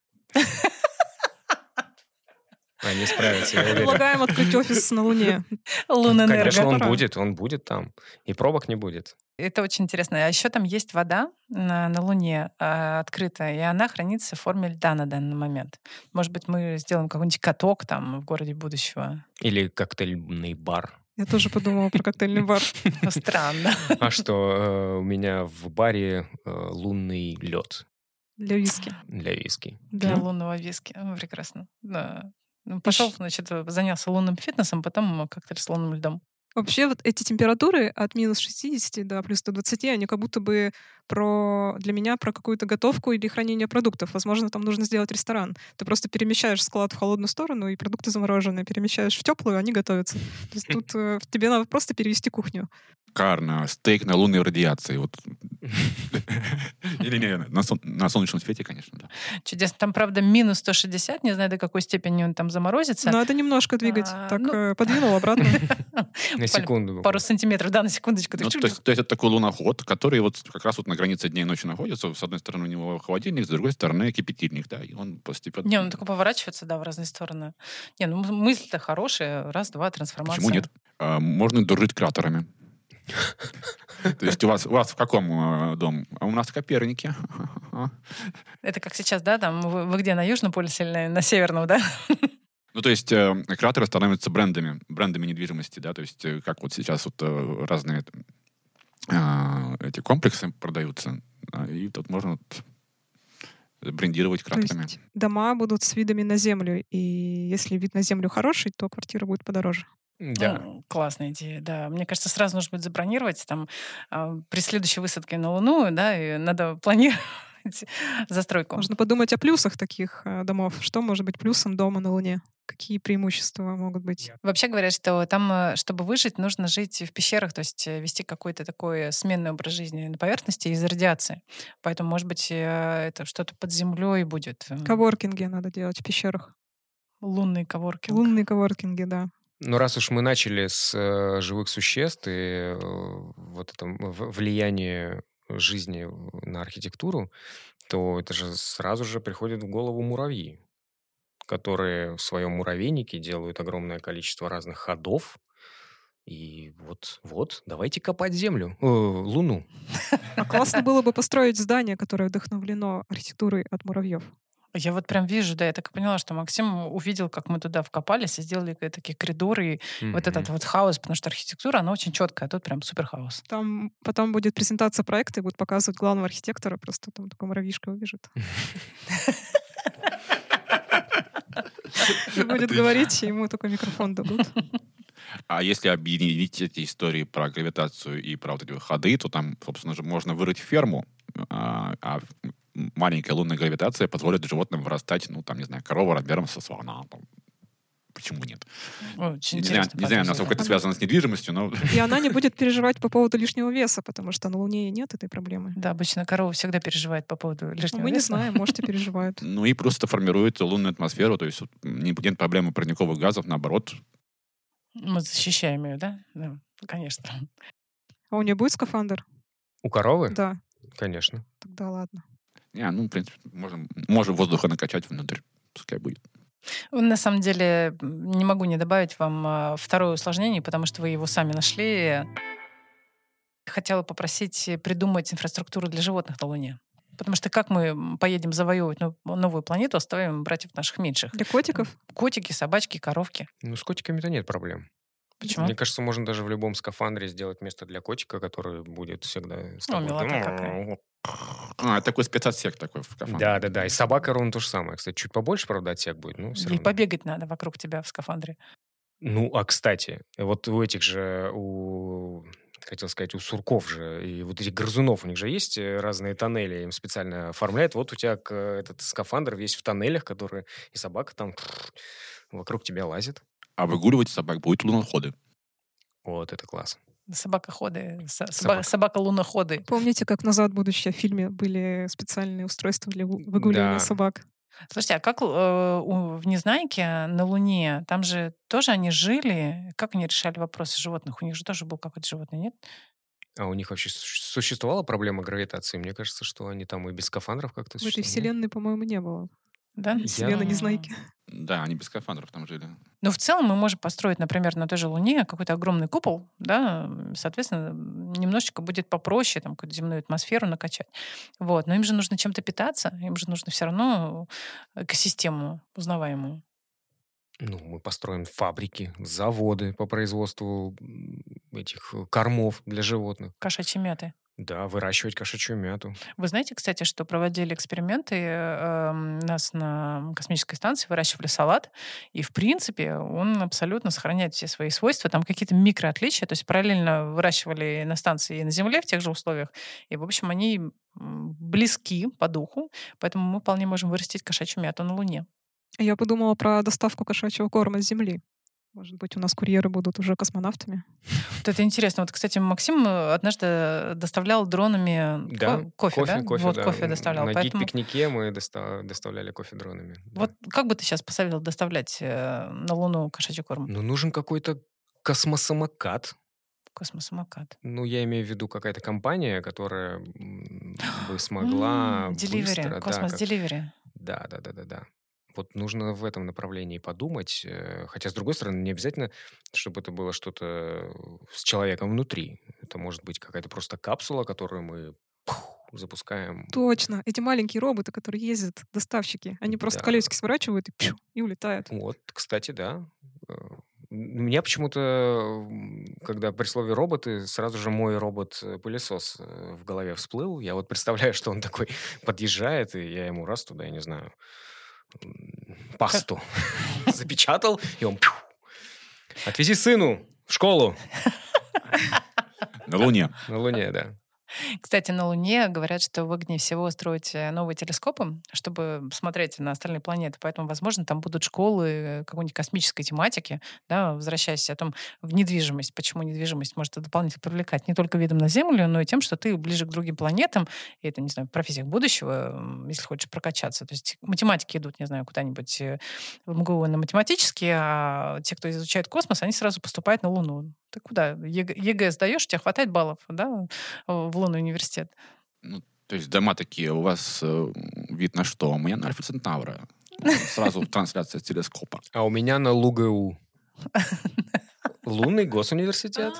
[SPEAKER 3] Они справятся, я уверен.
[SPEAKER 2] Предлагаем открыть офис на Луне.
[SPEAKER 1] Лунэнерго.
[SPEAKER 3] Конечно, он будет там. И пробок не будет.
[SPEAKER 1] Это очень интересно. А еще там есть вода на Луне открытая, и она хранится в форме льда на данный момент. Может быть, мы сделаем какой-нибудь каток там в городе будущего.
[SPEAKER 3] Или коктейльный бар.
[SPEAKER 2] Я тоже подумала про коктейльный бар.
[SPEAKER 1] Странно.
[SPEAKER 3] А что, у меня в баре лунный лед.
[SPEAKER 2] Для виски.
[SPEAKER 3] Для виски.
[SPEAKER 1] Для
[SPEAKER 2] Да.
[SPEAKER 1] лунного виски. Прекрасно. Да. Пошел, значит, занялся лунным фитнесом, потом коктейль с лунным льдом.
[SPEAKER 2] Вообще вот эти температуры от минус 60 до плюс 120, они как будто бы для меня про какую-то готовку или хранение продуктов. Возможно, там нужно сделать ресторан. Ты просто перемещаешь склад в холодную сторону, и продукты замороженные перемещаешь в теплую, они готовятся. То есть тут тебе надо просто перевести кухню.
[SPEAKER 4] Шикарно. Стейк на лунной радиации. Вот. Или не, на солнечном свете, конечно, да.
[SPEAKER 1] Чудесно. Там, правда, минус 160, не знаю, до какой степени он там заморозится.
[SPEAKER 2] Надо немножко двигать. Так, подвинул обратно.
[SPEAKER 3] На секунду.
[SPEAKER 1] Пару сантиметров, да, на секундочку.
[SPEAKER 4] Ну, то есть это такой луноход, который вот как раз вот на границе дня и ночи находится. С одной стороны у него холодильник, с другой стороны кипятильник, да, и он постепенно...
[SPEAKER 1] Не, он такой поворачивается, да, в разные стороны. Не, ну мысль-то хорошая. Раз, два, трансформация.
[SPEAKER 4] Почему нет? Можно дружить кратерами. То есть у вас в каком дом? А у нас в Копернике.
[SPEAKER 1] Это как сейчас, да, там вы где, на Южном полюсе или на Северном, да?
[SPEAKER 4] Ну, то есть кратеры становятся брендами недвижимости, да, то есть как вот сейчас вот разные эти комплексы продаются, и тут можно брендировать кратерами.
[SPEAKER 2] То есть дома будут с видами на землю, и если вид на землю хороший, то квартира будет подороже.
[SPEAKER 3] Да.
[SPEAKER 1] Ну, классная идея, да. Мне кажется, сразу нужно будет забронировать там при следующей высадке на Луну, да, и надо планировать застройку.
[SPEAKER 2] Можно подумать о плюсах таких домов. Что может быть плюсом дома на Луне? Какие преимущества могут быть?
[SPEAKER 1] Вообще говорят, что там, чтобы выжить, нужно жить в пещерах, то есть вести какой-то такой сменный образ жизни на поверхности из-за радиации. Поэтому, может быть, это что-то под землей будет.
[SPEAKER 2] Коворкинги надо делать в пещерах.
[SPEAKER 1] Лунный коворкинг.
[SPEAKER 2] Лунные коворкинги, да.
[SPEAKER 3] Ну, раз уж мы начали с живых существ и вот это влияние жизни на архитектуру, то это же сразу же приходит в голову муравьи, которые в своем муравейнике делают огромное количество разных ходов. И вот, давайте копать землю, Луну.
[SPEAKER 2] А классно было бы построить здание, которое вдохновлено архитектурой от муравьев.
[SPEAKER 1] Я вот прям вижу, да, я так и поняла, что Максим увидел, как мы туда вкопались и сделали такие коридоры, и вот этот вот хаос, потому что архитектура, она очень четкая, а тут прям супер хаос.
[SPEAKER 2] Там потом будет презентация проекта, и будут показывать главного архитектора, просто там такой муравьишка убежит. И будет говорить, и ему такой микрофон дадут.
[SPEAKER 4] А если объединить эти истории про гравитацию и про вот эти ходы, то там, собственно же, можно вырыть ферму, а маленькая лунная гравитация позволит животным вырастать, ну, там, не знаю, корова размером со слона. Почему нет?
[SPEAKER 1] Очень
[SPEAKER 4] Не знаю, насколько это связано с недвижимостью, но...
[SPEAKER 2] И она не будет переживать по поводу лишнего веса, потому что на Луне нет этой проблемы.
[SPEAKER 1] Да, обычно корова всегда переживает по поводу лишнего
[SPEAKER 2] Мы
[SPEAKER 1] веса.
[SPEAKER 2] не знаем, может, и переживают.
[SPEAKER 4] Ну и просто формирует лунную атмосферу, то есть нет проблемы парниковых газов, наоборот.
[SPEAKER 1] Мы защищаем ее, да? Да, конечно.
[SPEAKER 2] А у нее будет скафандр?
[SPEAKER 3] У коровы?
[SPEAKER 2] Да.
[SPEAKER 3] Конечно.
[SPEAKER 2] Тогда ладно.
[SPEAKER 4] Ну, в принципе, можем воздуха накачать внутрь, пускай будет.
[SPEAKER 1] На самом деле, не могу не добавить вам второе усложнение, потому что вы его сами нашли. Хотела попросить придумать инфраструктуру для животных на Луне. Потому что как мы поедем завоевывать новую планету, оставим братьев наших меньших?
[SPEAKER 2] Для котиков?
[SPEAKER 1] Котики, собачки, коровки.
[SPEAKER 3] Ну, с котиками-то нет проблем.
[SPEAKER 1] Почему?
[SPEAKER 3] Мне кажется, можно даже в любом скафандре сделать место для котика, который будет всегда с тобой.
[SPEAKER 1] Милота какая.
[SPEAKER 4] Такой спецотсек такой в скафандре.
[SPEAKER 3] Да. И собака ровно то же самое. Кстати, чуть побольше, правда, отсек будет, но все
[SPEAKER 1] Ей
[SPEAKER 3] равно.
[SPEAKER 1] побегать надо вокруг тебя в скафандре.
[SPEAKER 3] Ну, а кстати, вот у этих же, хотел сказать, у сурков же, и вот этих грызунов, у них же есть разные тоннели, им специально оформляют. Вот у тебя этот скафандр весь в тоннелях, которые, и собака там вокруг тебя лазит.
[SPEAKER 4] А выгуливать собак будут луноходы.
[SPEAKER 3] Вот, это класс.
[SPEAKER 1] Собакоходы, собака-луноходы.
[SPEAKER 2] Помните, как «Назад в будущее» в фильме были специальные устройства для выгуливания собак?
[SPEAKER 1] Слушайте, а как в Незнайке на Луне, там же тоже они жили, как они решали вопросы животных? У них же тоже был какой-то животный, нет?
[SPEAKER 3] А у них вообще существовала проблема гравитации? Мне кажется, что они там и без скафандров как-то
[SPEAKER 2] В этой
[SPEAKER 3] существовали.
[SPEAKER 2] вселенной, по-моему, не было.
[SPEAKER 1] Да?
[SPEAKER 2] Вселенной Незнайки.
[SPEAKER 4] Да, они без скафандров там жили.
[SPEAKER 1] Но в целом мы можем построить, например, на той же Луне какой-то огромный купол, да, соответственно, немножечко будет попроще, там, какую-то земную атмосферу накачать. Вот. Но им же нужно чем-то питаться, им же нужно все равно экосистему узнаваемую.
[SPEAKER 3] Ну, мы построим фабрики, заводы по производству этих кормов для животных.
[SPEAKER 1] Кошачьи мяты.
[SPEAKER 3] Да, выращивать кошачью мяту.
[SPEAKER 1] Вы знаете, кстати, что проводили эксперименты нас на космической станции, выращивали салат, и, в принципе, он абсолютно сохраняет все свои свойства, там какие-то микроотличия, то есть параллельно выращивали на станции и на Земле в тех же условиях, и, в общем, они близки по духу, поэтому мы вполне можем вырастить кошачью мяту на Луне.
[SPEAKER 2] Я подумала про доставку кошачьего корма с Земли. Может быть, у нас курьеры будут уже космонавтами?
[SPEAKER 1] Вот это интересно. Вот, кстати, Максим однажды доставлял дронами кофе, да? Вот
[SPEAKER 3] да.
[SPEAKER 1] Кофе доставлял.
[SPEAKER 3] На
[SPEAKER 1] Поэтому...
[SPEAKER 3] гик-пикнике мы доставляли кофе дронами.
[SPEAKER 1] Вот как бы ты сейчас посоветовал доставлять на Луну кошачий корм?
[SPEAKER 3] Ну, нужен какой-то космосамокат.
[SPEAKER 1] Космосамокат.
[SPEAKER 3] Ну, я имею в виду какая-то компания, которая бы смогла
[SPEAKER 1] Delivery, Космос-Delivery.
[SPEAKER 3] Да. Вот нужно в этом направлении подумать. Хотя, с другой стороны, не обязательно, чтобы это было что-то с человеком внутри. Это может быть какая-то просто капсула, которую мы запускаем.
[SPEAKER 2] Точно. Эти маленькие роботы, которые ездят, доставщики, они просто колесики сворачивают и улетают.
[SPEAKER 3] Вот, кстати, да. У меня почему-то, когда при слове роботы, сразу же мой робот-пылесос в голове всплыл. Я вот представляю, что он такой подъезжает, и я ему раз туда, я не знаю, пасту запечатал, и он отвези сыну в школу.
[SPEAKER 4] На Луне.
[SPEAKER 3] На Луне, да.
[SPEAKER 1] Кстати, на Луне говорят, что выгоднее всего строить новые телескопы, чтобы смотреть на остальные планеты. Поэтому, возможно, там будут школы какой-нибудь космической тематики, да, возвращаясь о том, в недвижимость. Почему недвижимость может дополнительно привлекать не только видом на Землю, но и тем, что ты ближе к другим планетам. И это, не знаю, в профессиях будущего, если хочешь прокачаться. То есть математики идут, не знаю, куда-нибудь в МГУ на математические, а те, кто изучает космос, они сразу поступают на Луну. Ты куда? ЕГЭ сдаешь, у тебя хватает баллов, да, в лунный университет.
[SPEAKER 4] Ну, то есть дома такие, у вас вид на что? У меня на Альфа Центавра. Сразу трансляция с телескопа.
[SPEAKER 3] А у меня на ЛуГУ. Лунный госуниверситет.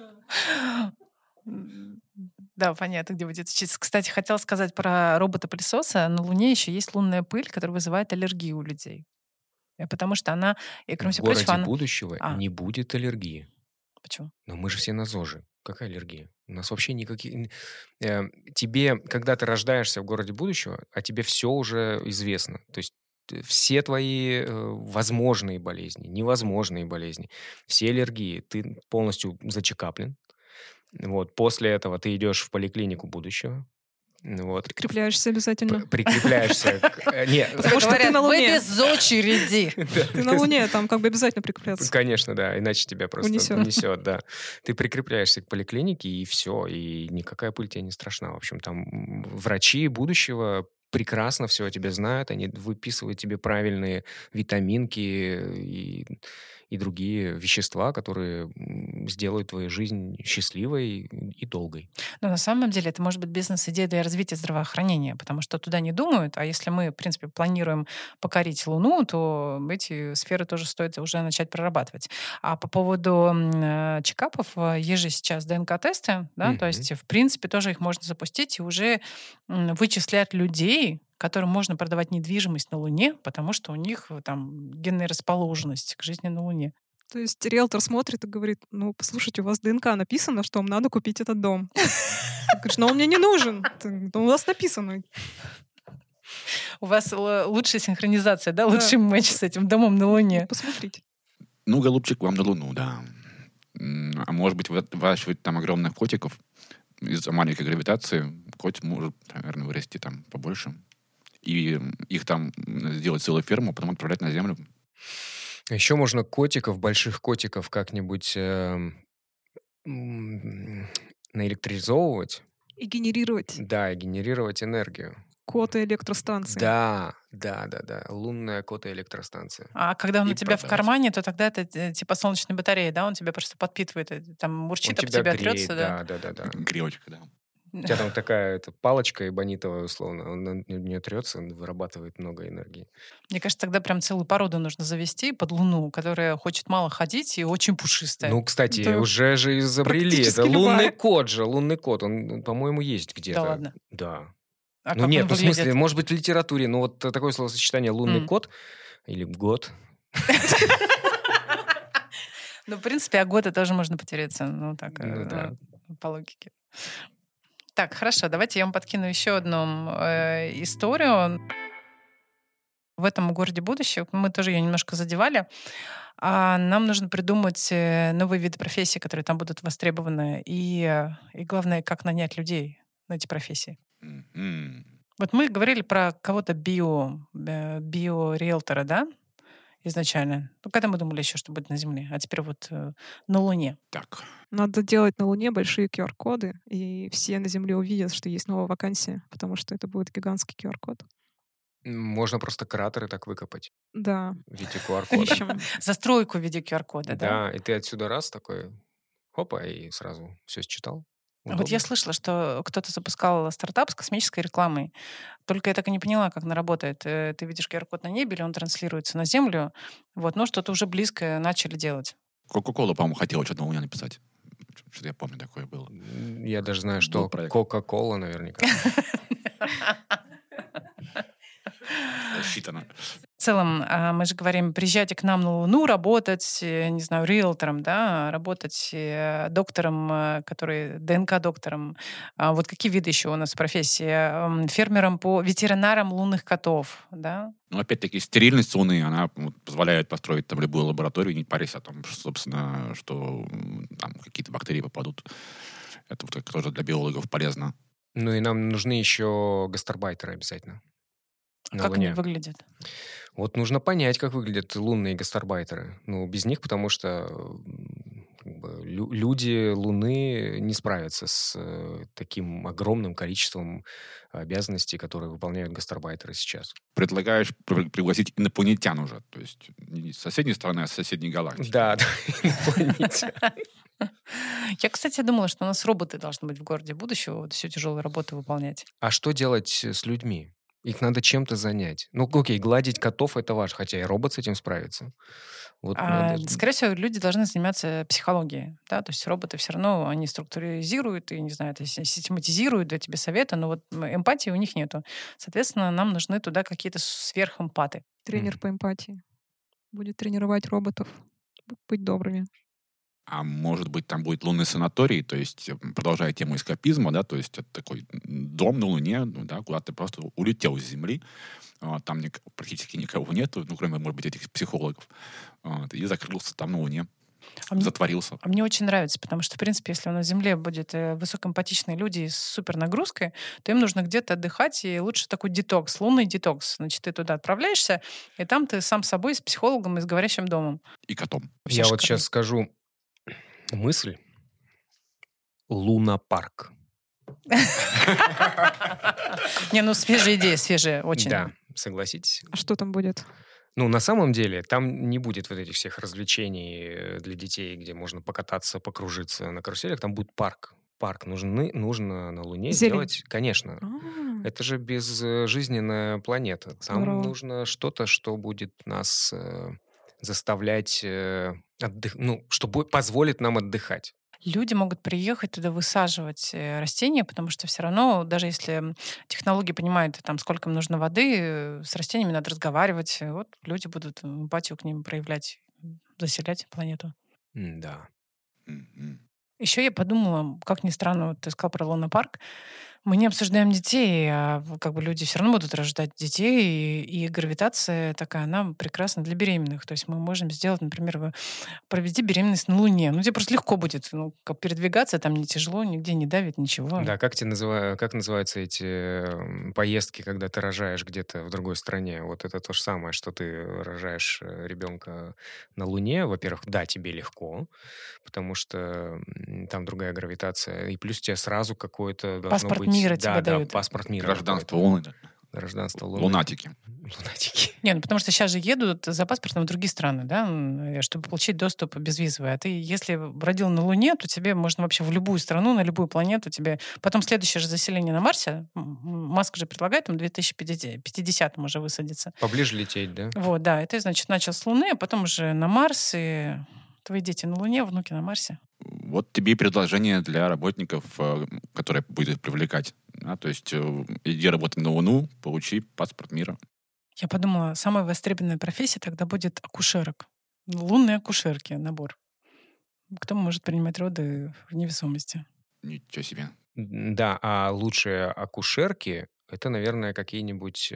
[SPEAKER 1] Да, понятно, где будет учиться. Кстати, хотела сказать про робота-пылесоса. На Луне еще есть лунная пыль, которая вызывает аллергию у людей. Потому что она, и кроме
[SPEAKER 3] В
[SPEAKER 1] всего
[SPEAKER 3] городе
[SPEAKER 1] прочего, она...
[SPEAKER 3] будущего не будет аллергии.
[SPEAKER 1] Почему?
[SPEAKER 3] Но мы же все на ЗОЖе. Какая аллергия? У нас вообще никаких... Тебе, когда ты рождаешься в городе будущего, о тебе все уже известно. То есть все твои возможные болезни, невозможные болезни, все аллергии, ты полностью зачекаплен. Вот. После этого ты идешь в поликлинику будущего. Вот.
[SPEAKER 2] Прикрепляешься обязательно.
[SPEAKER 3] Прикрепляешься. Нет,
[SPEAKER 2] Потому что ты на
[SPEAKER 1] Вы
[SPEAKER 2] Луне.
[SPEAKER 1] без очереди.
[SPEAKER 2] Ты на Луне, там как бы обязательно прикрепляться.
[SPEAKER 3] Конечно, да, иначе тебя просто
[SPEAKER 2] Унесет.
[SPEAKER 3] унесет, да. Ты прикрепляешься к поликлинике, и все, и никакая пыль тебе не страшна. В общем, там врачи будущего прекрасно все о тебе знают, они выписывают тебе правильные витаминки и другие вещества, которые сделают твою жизнь счастливой и долгой.
[SPEAKER 1] Но на самом деле это может быть бизнес-идея для развития здравоохранения, потому что туда не думают, а если мы, в принципе, планируем покорить Луну, то эти сферы тоже стоит уже начать прорабатывать. А по поводу чекапов, есть же сейчас ДНК-тесты, да, то есть, в принципе, тоже их можно запустить и уже вычислять людей, которым можно продавать недвижимость на Луне, потому что у них там генная расположенность к жизни на Луне.
[SPEAKER 2] То есть риэлтор смотрит и говорит: ну, послушайте, у вас ДНК написано, что вам надо купить этот дом. Ты говоришь: но он мне не нужен. У вас написано.
[SPEAKER 1] У вас лучшая синхронизация, да? Лучший матч с этим домом на Луне.
[SPEAKER 2] Посмотрите.
[SPEAKER 4] Ну, голубчик, вам на Луну, да. А может быть, выращивать там огромных котиков из-за маленькой гравитации. Котик может, наверное, вырасти там побольше. И их там сделать целую ферму, потом отправлять на Землю.
[SPEAKER 3] Еще можно котиков, больших котиков как-нибудь наэлектризовывать.
[SPEAKER 2] И генерировать
[SPEAKER 3] Да, и генерировать энергию.
[SPEAKER 2] коты электростанции.
[SPEAKER 3] Да. Лунная кота-электростанция.
[SPEAKER 1] А когда он
[SPEAKER 3] И
[SPEAKER 1] у тебя в
[SPEAKER 3] продавать.
[SPEAKER 1] кармане, то тогда это типа солнечная батарея, да? Он тебя просто подпитывает, там мурчит,
[SPEAKER 3] Он
[SPEAKER 1] об тебя
[SPEAKER 3] греет,
[SPEAKER 1] трется, да?
[SPEAKER 3] Да.
[SPEAKER 4] Грелочка, да.
[SPEAKER 3] У тебя там такая палочка эбонитовая, условно. Он на нее трется, он вырабатывает много энергии.
[SPEAKER 1] Мне кажется, тогда прям целую породу нужно завести под Луну, которая хочет мало ходить и очень пушистая.
[SPEAKER 3] Ну, кстати,
[SPEAKER 2] Это
[SPEAKER 3] уже же изобрели.
[SPEAKER 2] практически
[SPEAKER 3] Это
[SPEAKER 2] любая.
[SPEAKER 3] лунный кот. Он, по-моему, есть где-то.
[SPEAKER 1] Да ладно?
[SPEAKER 3] Да.
[SPEAKER 1] А
[SPEAKER 3] Ну
[SPEAKER 1] как
[SPEAKER 3] нет,
[SPEAKER 1] он
[SPEAKER 3] ну, в смысле,
[SPEAKER 1] выглядит?
[SPEAKER 3] может быть, в литературе, но вот такое словосочетание «лунный кот» или «год».
[SPEAKER 1] Ну, в принципе, от года тоже можно потеряться. Ну, так,
[SPEAKER 3] Ну да.
[SPEAKER 1] по логике. Так, хорошо, давайте я вам подкину еще одну историю. В этом городе будущего, мы тоже ее немножко задевали, нам нужно придумать новые виды профессий, которые там будут востребованы, и главное, как нанять людей на эти профессии.
[SPEAKER 4] Мгм.
[SPEAKER 1] Вот мы говорили про кого-то био-риэлтора, да, изначально. Ну, когда мы думали еще, что будет на Земле, а теперь вот на Луне.
[SPEAKER 4] Так.
[SPEAKER 2] Надо делать на Луне большие QR-коды, и все на Земле увидят, что есть новая вакансия, потому что это будет гигантский QR-код.
[SPEAKER 3] Можно просто кратеры так выкопать
[SPEAKER 2] Да,
[SPEAKER 3] в виде QR-кода.
[SPEAKER 2] ищем.
[SPEAKER 1] Застройку в виде QR-кода, да?
[SPEAKER 3] Да, и ты отсюда раз такой, хопа, и сразу все считал.
[SPEAKER 1] Вот я слышала, что кто-то запускал стартап с космической рекламой. Только я так и не поняла, как она работает. Ты видишь QR-код на небе, или он транслируется на Землю. Вот, но что-то уже близкое начали делать.
[SPEAKER 4] Кока-кола, по-моему, хотела что-то на Луне написать. Что-то я помню, такое было.
[SPEAKER 3] Я даже знаю,
[SPEAKER 4] Был
[SPEAKER 3] что
[SPEAKER 4] проект.
[SPEAKER 3] Кока-кола наверняка.
[SPEAKER 4] Рассчитано.
[SPEAKER 1] В целом, мы же говорим, приезжайте к нам на Луну работать, не знаю, риэлтором, да, работать доктором, который ДНК-доктором. Вот какие виды еще у нас профессии? Фермером по ветеринарам лунных котов, да?
[SPEAKER 4] Ну, опять-таки, стерильность Луны, она позволяет построить там любую лабораторию, не парясь о том, собственно, что там какие-то бактерии попадут Это вот тоже для биологов полезно.
[SPEAKER 3] Ну и нам нужны еще гастарбайтеры обязательно.
[SPEAKER 1] А как они выглядят?
[SPEAKER 3] Вот нужно понять, как выглядят лунные гастарбайтеры. Ну, без них, потому что люди Луны не справятся с таким огромным количеством обязанностей, которые выполняют гастарбайтеры сейчас.
[SPEAKER 4] Предлагаешь пригласить инопланетян уже, то есть не с соседней стороны, а с соседней галактики.
[SPEAKER 3] Да, инопланетян.
[SPEAKER 1] Я, кстати, думала, что у нас роботы должны быть в городе будущего, вот всю тяжелую работу выполнять.
[SPEAKER 3] А что делать с людьми? Их надо чем-то занять. Ну, окей, гладить котов — это важно, хотя и робот с этим справится. Вот
[SPEAKER 1] Скорее всего, люди должны заниматься психологией, да, то есть роботы все равно, они структуризируют и, не знаю, систематизируют, дают тебе советы, но вот эмпатии у них нету. Соответственно, нам нужны туда какие-то сверхэмпаты.
[SPEAKER 2] Тренер по эмпатии будет тренировать роботов быть добрыми.
[SPEAKER 4] А может быть, там будет лунный санаторий, то есть, продолжая тему эскапизма, да, то есть это такой дом на Луне, да, куда ты просто улетел с Земли, там практически никого нету, ну, кроме, может быть, этих психологов, и закрылся там на Луне, затворился.
[SPEAKER 1] А мне очень нравится, потому что, в принципе, если на Земле будет высокоэмпатичные люди с супернагрузкой, то им нужно где-то отдыхать, и лучше такой детокс, лунный детокс. Значит, ты туда отправляешься, и там ты сам с собой, с психологом и с говорящим домом.
[SPEAKER 4] И котом.
[SPEAKER 3] Я вот сейчас скажу мысль. Лунапарк.
[SPEAKER 1] Не, ну свежая идея, свежая очень.
[SPEAKER 3] Да, согласитесь.
[SPEAKER 2] А что там будет?
[SPEAKER 3] Ну, на самом деле, там не будет вот этих всех развлечений для детей, где можно покататься, покружиться на каруселях. Там будет парк. Парк нужно на Луне сделать, конечно. Это же безжизненная планета. Там нужно что-то, что будет нас заставлять что позволит нам отдыхать.
[SPEAKER 1] Люди могут приехать туда высаживать растения, потому что все равно, даже если технологии понимают, там, сколько им нужно воды, с растениями надо разговаривать. Вот люди будут эмпатию к ним проявлять, заселять планету.
[SPEAKER 3] Да.
[SPEAKER 1] Еще я подумала, как ни странно, вот ты сказал про лунопарк, мы не обсуждаем детей, а как бы люди все равно будут рождать детей, и гравитация такая, она прекрасна для беременных. То есть мы можем сделать, например, проведи беременность на Луне. Ну, тебе просто легко будет передвигаться, там не тяжело, нигде не давит, ничего.
[SPEAKER 3] Да, как называются эти поездки, когда ты рожаешь где-то в другой стране? Вот это то же самое, что ты рожаешь ребенка на Луне. Во-первых, да, тебе легко, потому что там другая гравитация, и плюс тебе сразу какое-то должно
[SPEAKER 1] паспорт
[SPEAKER 3] быть...
[SPEAKER 1] мира тебе дают.
[SPEAKER 3] Паспорт мира.
[SPEAKER 4] Гражданство Луны.
[SPEAKER 3] Гражданство Луны.
[SPEAKER 4] Лунатики.
[SPEAKER 1] Не, ну потому что сейчас же едут за паспортом в другие страны, да, чтобы получить доступ безвизовый. А ты, если родил на Луне, то тебе можно вообще в любую страну, на любую планету тебе... Потом следующее же заселение на Марсе, Маск же предлагает там 2050 уже высадиться.
[SPEAKER 3] Поближе лететь, да?
[SPEAKER 1] Вот, да. И ты, значит, начал с Луны, а потом уже на Марс, и твои дети на Луне, внуки на Марсе.
[SPEAKER 4] Вот тебе и предложение для работников, которые будет привлекать. То есть иди работать на Луну, получи паспорт мира.
[SPEAKER 1] Я подумала, самая востребованная профессия тогда будет акушерок. Лунные акушерки, набор. Кто может принимать роды в невесомости?
[SPEAKER 4] Ничего себе.
[SPEAKER 3] Да, а лучшие акушерки — это, наверное, какие-нибудь...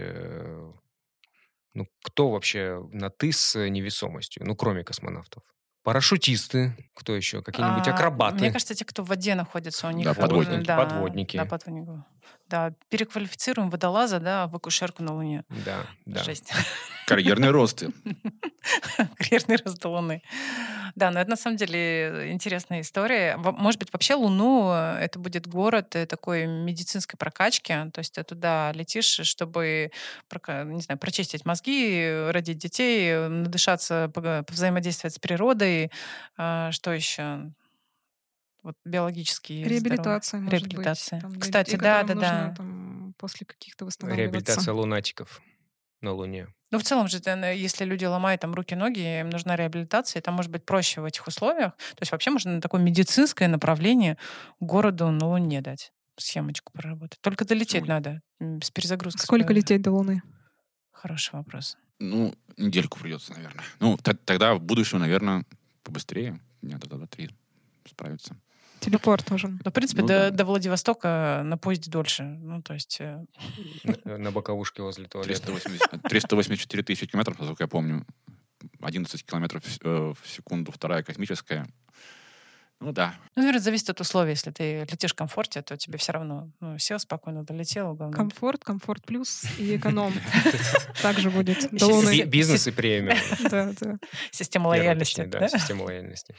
[SPEAKER 3] кто вообще на «ты» с невесомостью? Ну, кроме космонавтов. Парашютисты, кто еще? Какие-нибудь акробаты.
[SPEAKER 1] Мне кажется, те, кто в воде находится, у них...
[SPEAKER 4] Да, подводники.
[SPEAKER 3] Подводники.
[SPEAKER 1] Да, подводников. Да, переквалифицируем водолаза, да, в акушерку на Луне.
[SPEAKER 3] Да.
[SPEAKER 1] Жесть.
[SPEAKER 4] Карьерный рост.
[SPEAKER 1] Карьерный рост Луны. Да, но это на самом деле интересная история. Может быть, вообще Луну это будет город такой медицинской прокачки. То есть ты туда летишь, чтобы, не знаю, прочистить мозги, родить детей, надышаться, взаимодействовать с природой. Что еще? Вот биологические
[SPEAKER 2] реабилитация, может
[SPEAKER 1] реабилитация.
[SPEAKER 2] Быть.
[SPEAKER 1] Кстати,
[SPEAKER 2] людей,
[SPEAKER 1] да.
[SPEAKER 2] После каких-то восстанавливаться.
[SPEAKER 3] Реабилитация лунатиков на Луне.
[SPEAKER 1] Ну, в целом же, если люди ломают там руки-ноги, им нужна реабилитация, и там может быть проще в этих условиях. То есть вообще можно на такое медицинское направление городу на Луне дать. Схемочку проработать. Только долететь надо с перезагрузкой.
[SPEAKER 2] Сколько лететь до Луны?
[SPEAKER 1] Хороший вопрос.
[SPEAKER 4] Ну, недельку придется, наверное. Ну, тогда в будущем, наверное, побыстрее. Дня до 2-3 справиться.
[SPEAKER 2] Телепорт нужен.
[SPEAKER 1] Ну, в принципе, до Владивостока на поезде дольше. Ну, то есть...
[SPEAKER 3] На боковушке возле туалета.
[SPEAKER 4] 384 тысячи километров, насколько я помню. 11 километров в секунду, вторая космическая. Ну да.
[SPEAKER 1] Ну, наверное, зависит от условий. Если ты летишь в комфорте, то тебе все равно сел спокойно, долетел. Главное.
[SPEAKER 2] Комфорт плюс и эконом. Также будет.
[SPEAKER 3] Бизнес и премиум.
[SPEAKER 2] Да.
[SPEAKER 1] Система лояльности.
[SPEAKER 3] Да, система лояльности.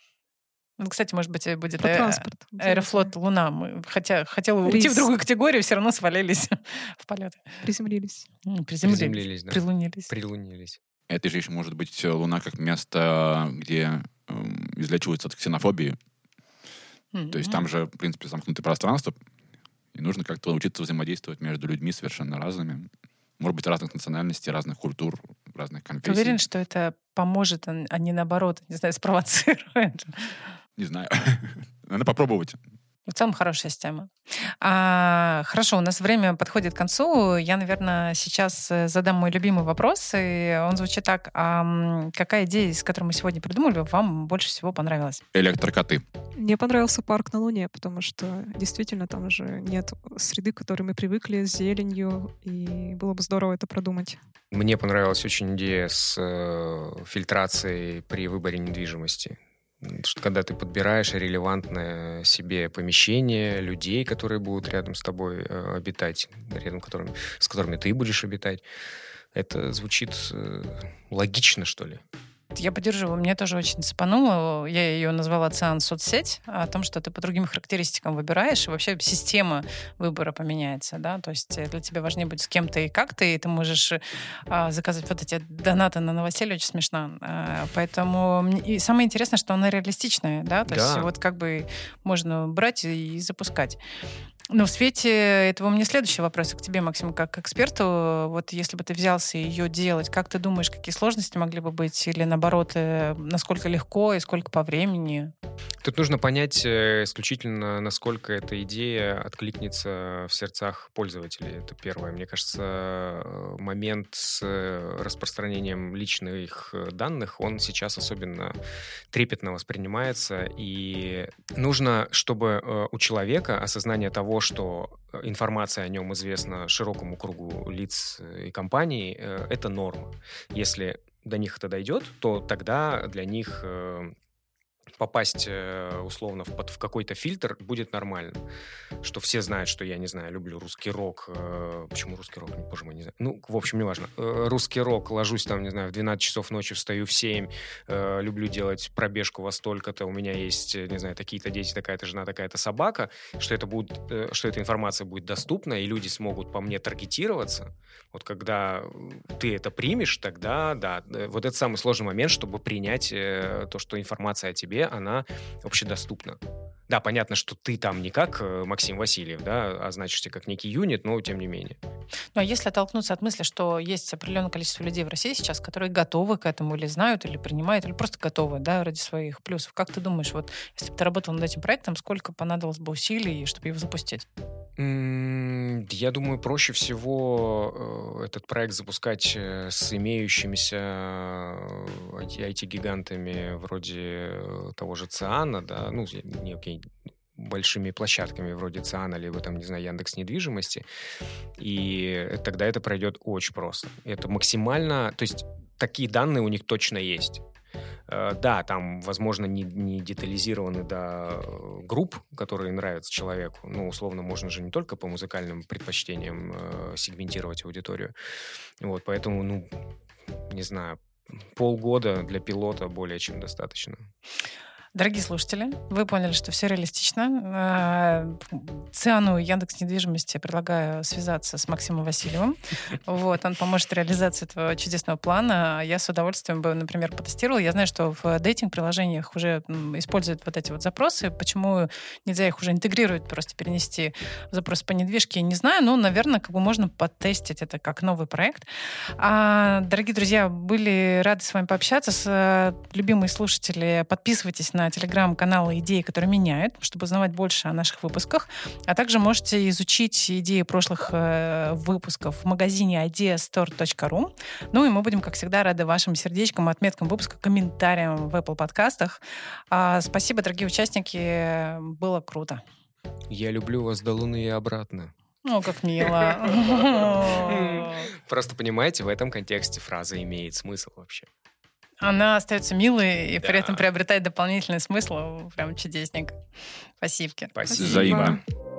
[SPEAKER 1] Кстати, может быть, будет
[SPEAKER 2] транспорт.
[SPEAKER 1] Аэрофлот Луна. Мы хотела уйти в другую категорию, все равно свалились в полеты.
[SPEAKER 2] Приземлились.
[SPEAKER 3] Приземлились, да.
[SPEAKER 1] Прилунились.
[SPEAKER 4] Это же еще может быть Луна как место, где излечиваются от ксенофобии. То есть там же, в принципе, замкнутое пространство, и нужно как-то научиться взаимодействовать между людьми совершенно разными. Может быть, разных национальностей, разных культур, разных конфессий.
[SPEAKER 1] Ты уверен, что это поможет, а не наоборот, не знаю, спровоцирует?
[SPEAKER 4] Не знаю. Надо попробовать.
[SPEAKER 1] В целом хорошая система. Хорошо, у нас время подходит к концу. Я, наверное, сейчас задам мой любимый вопрос, и он звучит так. Какая идея, с которой мы сегодня придумали, вам больше всего понравилась?
[SPEAKER 4] Электрокоты.
[SPEAKER 2] Мне понравился парк на Луне, потому что действительно там же нет среды, к которой мы привыкли, с зеленью, и было бы здорово это продумать.
[SPEAKER 3] Мне понравилась очень идея с фильтрацией при выборе недвижимости. Что когда ты подбираешь релевантное себе помещение, людей, которые будут рядом с тобой обитать, с которыми ты будешь обитать, это звучит логично, что ли.
[SPEAKER 1] Я поддерживаю, мне тоже очень цепануло. Я ее назвала «Оциан соцсеть», о том, что ты по другим характеристикам выбираешь, и вообще система выбора поменяется, да, то есть для тебя важнее быть с кем-то и как ты, и ты можешь заказывать вот эти донаты на новоселье, очень смешно. Поэтому и самое интересное, что она реалистичная, да, то есть вот как бы можно брать и запускать. Но в свете этого у меня следующий вопрос к тебе, Максим, как к эксперту. Вот если бы ты взялся ее делать, как ты думаешь, какие сложности могли бы быть? Или наоборот, насколько легко и сколько по времени?
[SPEAKER 3] Тут нужно понять исключительно, насколько эта идея откликнется в сердцах пользователей. Это первое. Мне кажется, момент с распространением личных данных, он сейчас особенно трепетно воспринимается. И нужно, чтобы у человека осознание того, что информация о нем известна широкому кругу лиц и компаний, это норма. Если до них это дойдет, то тогда для них попасть условно в какой-то фильтр будет нормально. Что все знают, что я, не знаю, люблю русский рок. Почему русский рок? Боже мой, не знаю. Ну, в общем, неважно. Русский рок, ложусь там, не знаю, в 12 часов ночи, встаю в 7, люблю делать пробежку во столько-то, у меня есть, не знаю, такие-то дети, такая-то жена, такая-то собака, что эта информация будет доступна, и люди смогут по мне таргетироваться. Вот когда ты это примешь, тогда, да, вот это самый сложный момент, чтобы принять то, что информация о тебе, она общедоступна. Да, понятно, что ты там не как Максим Васильев, да, а значишься как некий юнит, но тем не менее.
[SPEAKER 1] Ну, а если оттолкнуться от мысли, что есть определенное количество людей в России сейчас, которые готовы к этому, или знают, или принимают, или просто готовы, да, ради своих плюсов. Как ты думаешь, вот если бы ты работал над этим проектом, сколько понадобилось бы усилий, чтобы его запустить?
[SPEAKER 3] Я думаю, проще всего этот проект запускать с имеющимися IT-гигантами вроде того же Циана, да, ну, большими площадками вроде Циана, либо там, не знаю, Яндекс недвижимости, и тогда это пройдет очень просто. Это максимально, то есть такие данные у них точно есть. Да, там, возможно, не детализированы до групп, которые нравятся человеку. Ну, условно, можно же не только по музыкальным предпочтениям сегментировать аудиторию. Вот, поэтому, ну, не знаю, полгода для пилота более чем достаточно.
[SPEAKER 1] Дорогие слушатели, вы поняли, что все реалистично. Циану и Яндекс недвижимости предлагаю связаться с Максимом Васильевым. Вот, он поможет в реализации этого чудесного плана. Я с удовольствием бы, например, потестировала. Я знаю, что в дейтинг-приложениях уже используют вот эти вот запросы. Почему нельзя их уже интегрировать, просто перенести в запрос по недвижке, я не знаю. Но, наверное, как бы можно потестить это как новый проект. Дорогие друзья, были рады с вами пообщаться. Любимые слушатели, подписывайтесь на телеграм-канал «Идеи, которые меняют», чтобы узнавать больше о наших выпусках. А также можете изучить идеи прошлых выпусков в магазине ideastore.ru. Ну и мы будем, как всегда, рады вашим сердечкам, отметкам выпуска, комментариям в Apple подкастах. Спасибо, дорогие участники. Было круто.
[SPEAKER 3] Я люблю вас до Луны и обратно.
[SPEAKER 1] О, как мило.
[SPEAKER 3] Просто понимаете, в этом контексте фраза имеет смысл вообще.
[SPEAKER 1] Она остается милой и при этом приобретает дополнительный смысл. Прям чудесненько. Спасибо.
[SPEAKER 4] Взаимно.